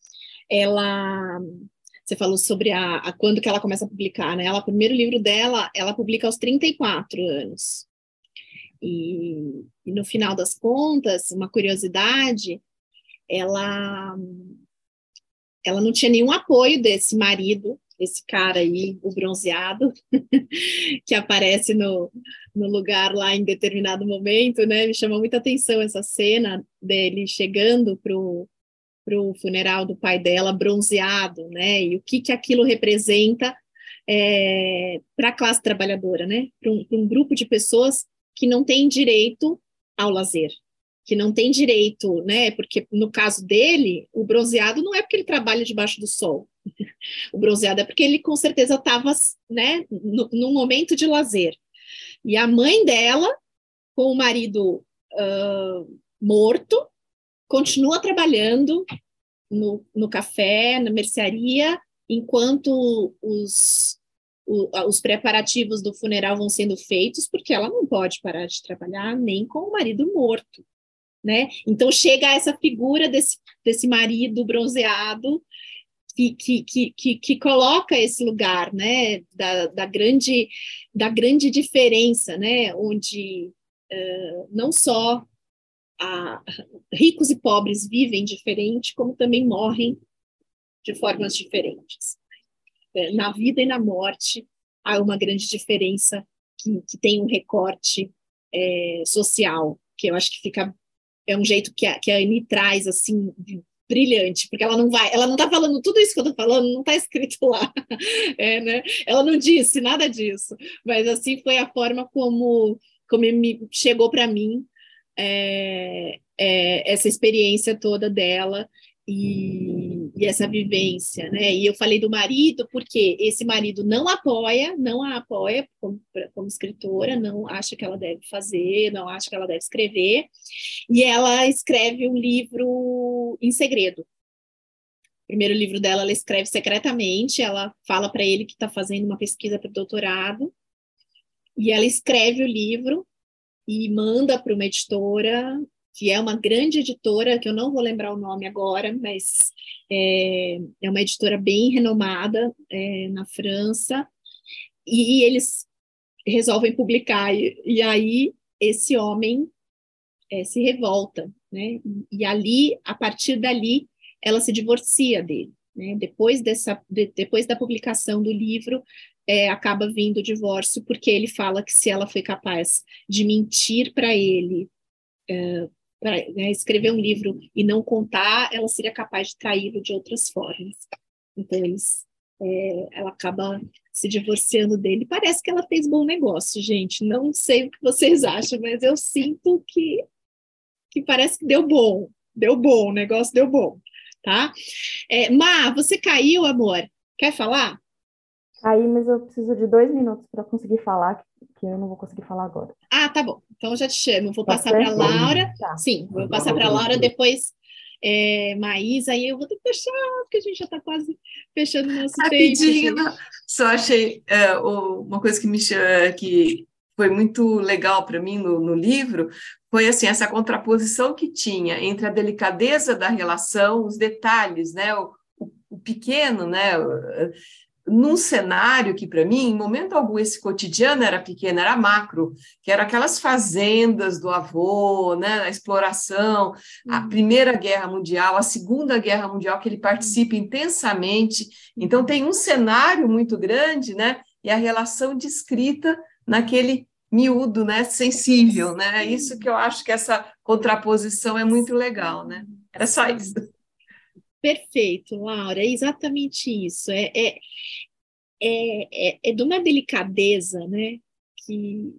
você falou sobre quando que ela começa a publicar, né? O primeiro livro dela, ela publica aos 34 anos. E no final das contas, uma curiosidade, ela não tinha nenhum apoio desse marido, esse cara aí, o bronzeado, que aparece no lugar lá em determinado momento, né? Me chamou muita atenção essa cena dele chegando pro funeral do pai dela bronzeado, né? E o que aquilo representa para a classe trabalhadora, né? Para um grupo de pessoas que não tem direito ao lazer, que não tem direito, né? Porque no caso dele, o bronzeado não é porque ele trabalha debaixo do sol. O bronzeado é porque ele com certeza estava, né, num momento de lazer. E a mãe dela, com o marido morto, continua trabalhando no café, na mercearia, enquanto os preparativos do funeral vão sendo feitos, porque ela não pode parar de trabalhar nem com o marido morto, né? Então chega essa figura desse marido bronzeado que coloca esse lugar, né, da grande diferença, né, onde não só ricos e pobres vivem diferente, como também morrem de formas diferentes. Na vida e na morte há uma grande diferença que tem um recorte social, porque eu acho que é um jeito que a Annie traz, assim, brilhante, porque ela não está falando tudo isso que eu estou falando, não está escrito lá, né? Ela não disse nada disso, mas assim foi a forma como chegou para mim essa experiência toda dela e essa vivência, né? E eu falei do marido porque esse marido não a apoia como escritora, não acha que ela deve fazer, não acha que ela deve escrever, e ela escreve um livro em segredo. O primeiro livro dela ela escreve secretamente, ela fala para ele que está fazendo uma pesquisa para o doutorado, e ela escreve o livro e manda para uma editora, que é uma grande editora, que eu não vou lembrar o nome agora, mas é uma editora bem renomada na França, e eles resolvem publicar, e aí esse homem se revolta, né? E ali, a partir dali, ela se divorcia dele, né? Depois da publicação do livro, acaba vindo o divórcio, porque ele fala que se ela foi capaz de mentir para ele, para escrever um livro e não contar, ela seria capaz de traí-lo de outras formas. Então, ela acaba se divorciando dele. Parece que ela fez bom negócio, gente. Não sei o que vocês acham, mas eu sinto que parece que deu bom, o negócio deu bom, tá? Má, você caiu, amor? Quer falar? Caí, mas eu preciso de 2 minutos para conseguir falar, que eu não vou conseguir falar agora. Ah, tá bom. Então eu já te chamo. Vou passar para a Laura. Tá. Sim, vou passar para a Laura, depois Maísa, aí eu vou ter que fechar, porque a gente já está quase fechando o nosso Rapidinho, tempo. só achei uma coisa que foi muito legal para mim no livro, foi assim, essa contraposição que tinha entre a delicadeza da relação, os detalhes, né, o pequeno, né, num cenário que, para mim, em momento algum, esse cotidiano era pequeno, era macro, que eram aquelas fazendas do avô, né, a exploração, a Primeira Guerra Mundial, a Segunda Guerra Mundial, que ele participa intensamente. Então, tem um cenário muito grande, né, e a relação descrita naquele miúdo, né, sensível, né? Isso que eu acho que essa contraposição é muito legal, né? Era só isso. Perfeito, Laura, é exatamente isso. É de uma delicadeza, né? Que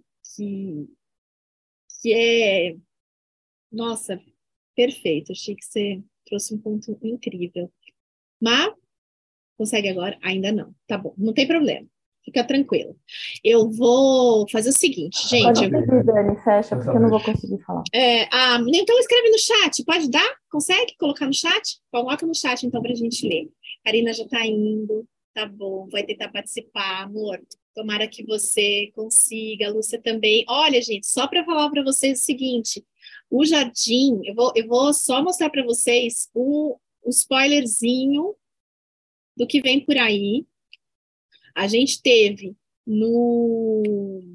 é... Nossa, perfeito. Achei que você trouxe um ponto incrível. Mas, consegue agora? Ainda não. Tá bom, não tem problema. Fica tranquilo. Eu vou fazer o seguinte, gente. Pode pedir, Dani, fecha, porque eu não vou conseguir falar. Então escreve no chat, pode dar? Consegue colocar no chat? Coloca no chat, então, para a gente ler. Karina já está indo, tá bom, vai tentar participar, amor. Tomara que você consiga, a Lúcia também. Olha, gente, só para falar para vocês o seguinte, o Jardim, eu vou só mostrar para vocês o spoilerzinho do que vem por aí. A gente teve no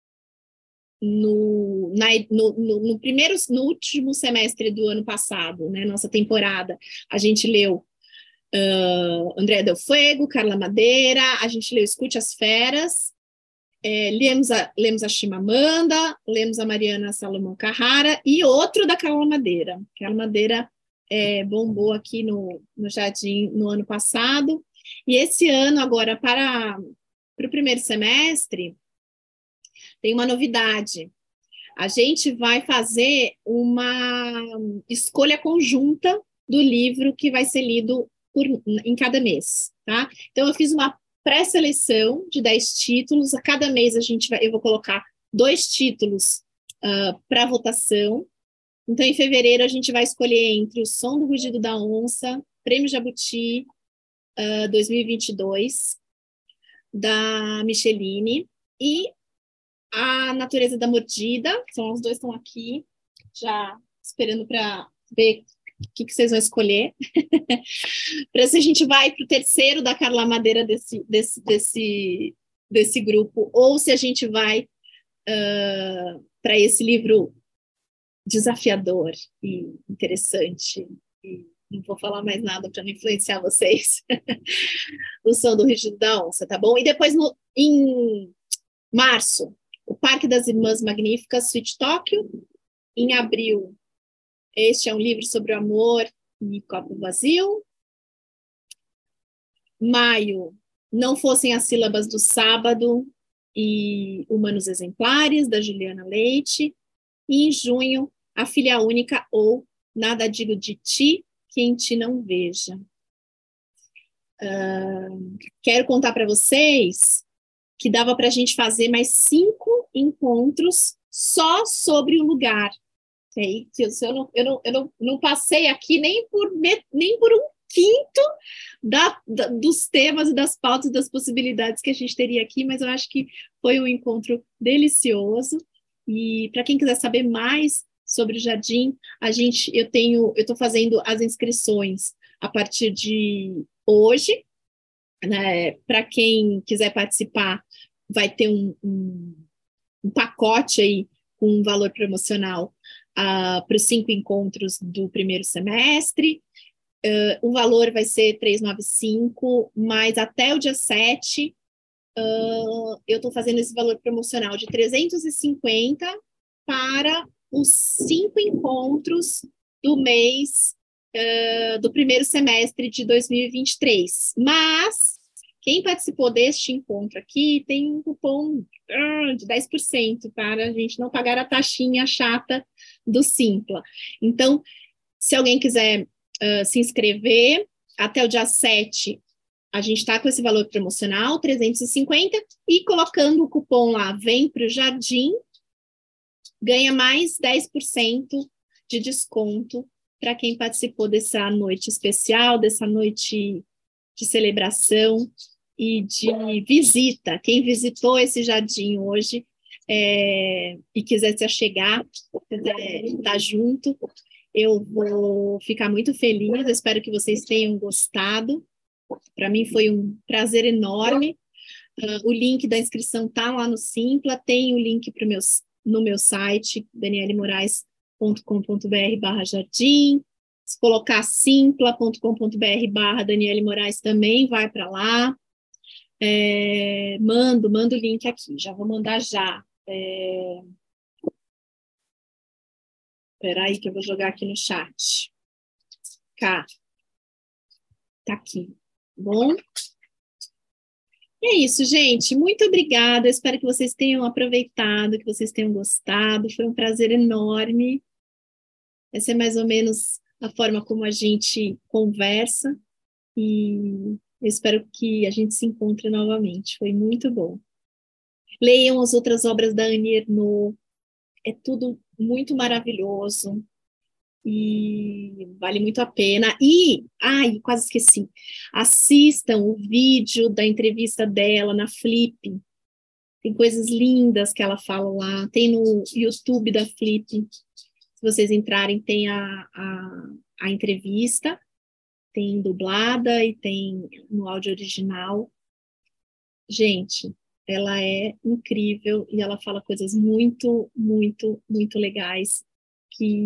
último semestre do ano passado, né, nossa temporada, a gente leu André Del Fuego, Carla Madeira, a gente leu Escute as Feras, lemos a Chimamanda, lemos a Mariana Salomão Carrara e outro da Carla Madeira. Carla Madeira bombou aqui no Jardim no ano passado. E esse ano, agora, para o primeiro semestre, tem uma novidade. A gente vai fazer uma escolha conjunta do livro que vai ser lido em cada mês, tá? Então, eu fiz uma pré-seleção de 10 títulos. A cada mês eu vou colocar 2 títulos para votação. Então, em fevereiro, a gente vai escolher entre O Som do Rugido da Onça, Prêmio Jabuti 2022, da Micheline, e A Natureza da Mordida, são os dois que estão aqui, já esperando para ver o que vocês vão escolher. Para se a gente vai para o terceiro da Carla Madeira desse grupo, ou se a gente vai para esse livro desafiador e interessante, e não vou falar mais nada para não influenciar vocês. O Som do Rugido da Onça, tá bom? E depois, em março, o Parque das Irmãs Magníficas, Sweet Tóquio, Em abril, este é um livro sobre o amor e copo vazio. Maio, Não Fossem as Sílabas do Sábado e Humanos Exemplares, da Juliana Leite. E em junho, A Filha Única ou Nada Digo de Ti, que em Ti Não Veja. Quero contar para vocês que dava para a gente fazer mais 5 encontros só sobre o lugar. Okay? Eu não passei aqui nem por um quinto dos temas e das pautas e das possibilidades que a gente teria aqui, mas eu acho que foi um encontro delicioso. E para quem quiser saber mais sobre o Jardim, eu estou fazendo as inscrições a partir de hoje, né? Para quem quiser participar, vai ter um pacote aí com um valor promocional para os 5 encontros do primeiro semestre. O valor vai ser R$395, mas até o dia 7 eu estou fazendo esse valor promocional de 350 para os 5 encontros do mês do primeiro semestre de 2023. Mas quem participou deste encontro aqui tem um cupom de 10% para a gente não pagar a taxinha chata do Simpla. Então, se alguém quiser se inscrever, até o dia 7, a gente está com esse valor promocional, 350, e colocando o cupom lá, vem para o Jardim, ganha mais 10% de desconto para quem participou dessa noite especial, dessa noite de celebração e de visita. Quem visitou esse jardim hoje e quiser se achegar, quiser estar junto, eu vou ficar muito feliz. Eu espero que vocês tenham gostado. Para mim foi um prazer enorme. O link da inscrição está lá no Simpla, tem o link no meu site, danielemorais.com.br/jardim. Se colocar simpla.com.br/Daniele Moraes também vai para lá. Mando o link aqui, já vou mandar já. Espera aí que eu vou jogar aqui no chat. Tá aqui. Bom? É isso, gente. Muito obrigada. Eu espero que vocês tenham aproveitado, que vocês tenham gostado. Foi um prazer enorme. Essa é mais ou menos a forma como a gente conversa. E eu espero que a gente se encontre novamente. Foi muito bom. Leiam as outras obras da Annie Ernaux. É tudo muito maravilhoso. E vale muito a pena. E, quase esqueci, assistam o vídeo da entrevista dela na Flip. Tem coisas lindas que ela fala lá. Tem no YouTube da Flip. Se vocês entrarem, tem a entrevista. Tem dublada e tem no áudio original. Gente, ela é incrível e ela fala coisas muito, muito, muito legais que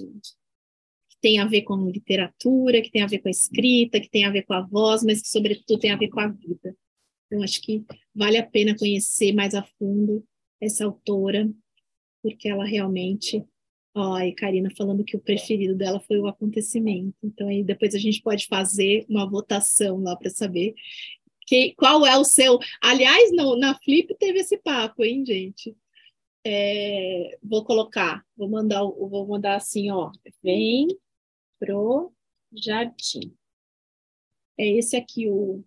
tem a ver com literatura, que tem a ver com a escrita, que tem a ver com a voz, mas que, sobretudo, tem a ver com a vida. Então, acho que vale a pena conhecer mais a fundo essa autora, porque ela realmente... e Karina falando que o preferido dela foi O Acontecimento. Então, aí depois a gente pode fazer uma votação lá para saber qual é o seu... Aliás, na Flip teve esse papo, hein, gente? Vou mandar assim, vem pro Jardim. É esse aqui o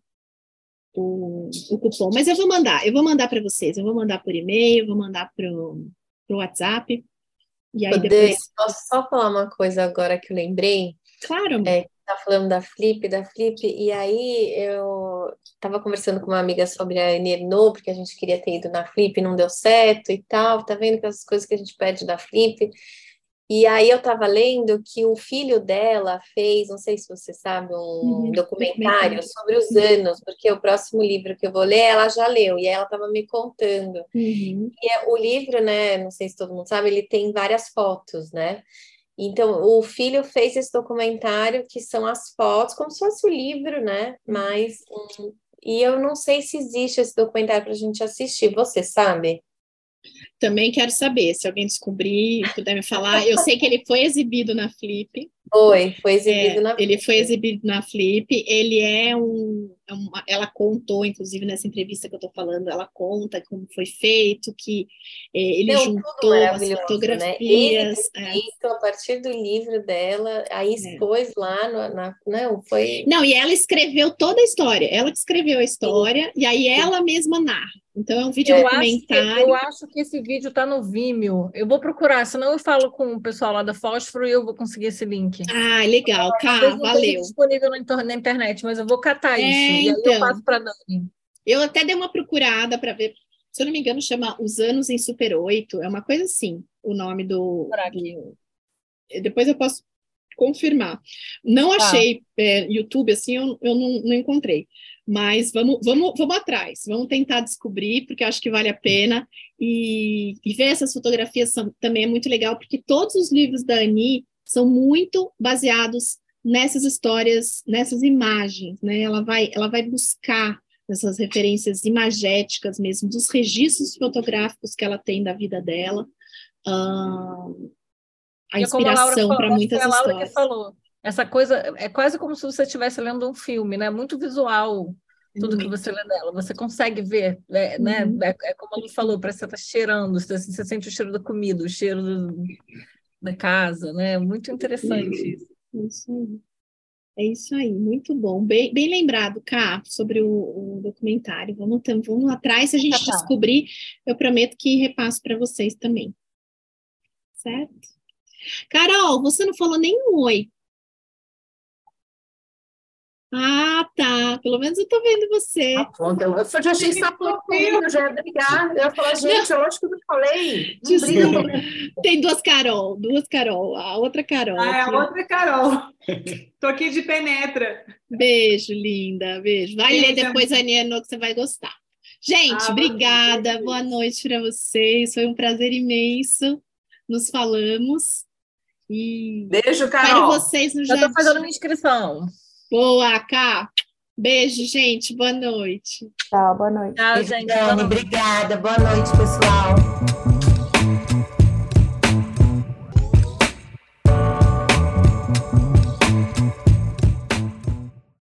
cupom. Mas eu vou mandar para vocês. Eu vou mandar por e-mail, vou mandar pro WhatsApp. E aí depois... Posso só falar uma coisa agora que eu lembrei? Claro. Tá falando da Flip, e aí eu estava conversando com uma amiga sobre a Annie Ernaux, porque a gente queria ter ido na Flip e não deu certo e tal, tá vendo que essas coisas que a gente pede da Flip. E aí eu estava lendo que o filho dela fez, não sei se você sabe, um documentário sobre os anos, porque o próximo livro que eu vou ler, ela já leu, e aí ela estava me contando. E o livro, né, não sei se todo mundo sabe, ele tem várias fotos, né? Então, o filho fez esse documentário, que são as fotos, como se fosse o livro, né? E eu não sei se existe esse documentário para a gente assistir, você sabe? Também quero saber, se alguém descobrir, puder me falar. Eu sei que ele foi exibido na Flip. Foi exibido na Flip. Ele foi exibido na Flip. Ele ela contou, inclusive nessa entrevista que eu estou falando, ela conta como foi feito, que ele juntou as fotografias. Né? Ele feito a partir do livro dela, aí expôs lá, não, foi... Não, e ela escreveu toda a história, ela que escreveu a história, e aí ela mesma narra. Então é um vídeo documentário. Eu acho que esse vídeo está no Vimeo. Eu vou procurar, senão eu falo com o pessoal lá da Fósforo e eu vou conseguir esse link. Ah, legal, Cá, valeu. Disponível na internet, mas eu vou catar isso. E aí eu passo para a Dani. Eu até dei uma procurada para ver, se eu não me engano, chama Os Anos em Super 8, é uma coisa assim, o nome do... Depois eu posso confirmar. Não achei YouTube, assim, eu não encontrei. Mas vamos atrás, vamos tentar descobrir, porque eu acho que vale a pena. E ver essas fotografias também é muito legal, porque todos os livros da Annie são muito baseados nessas histórias, nessas imagens, né? Ela vai buscar essas referências imagéticas mesmo, dos registros fotográficos que ela tem da vida dela, a inspiração para muitas histórias. A Laura que falou. Essa coisa é quase como se você estivesse lendo um filme, né? Muito visual, tudo que você lê dela. Você consegue ver, né? É como a Lu falou, parece que você está cheirando, você sente o cheiro da comida, o cheiro da casa, né? Muito interessante isso. É isso aí, muito bom. Bem lembrado, Cá, sobre o documentário. Vamos atrás, se a gente descobrir, eu prometo que repasso para vocês também. Certo? Carol, você não falou nenhum oi. Ah, tá. Pelo menos eu tô vendo você. Eu já achei que você pouquinho, eu já ia brigar. Eu ia falar, gente, eu acho que eu não falei. Tem duas Carol. A outra Carol. É a outra Carol. Tô aqui de penetra. Beijo, linda. Beijo. Vai ler depois a Annie Ernaux, que você vai gostar. Gente, obrigada. Boa noite para vocês. Foi um prazer imenso. Nos falamos. E beijo, Carol. Quero vocês no Já tô fazendo uma inscrição. Boa, Cá. Beijo, gente. Boa noite. Tchau, boa noite. Tchau, gente. Obrigada. Boa noite, pessoal.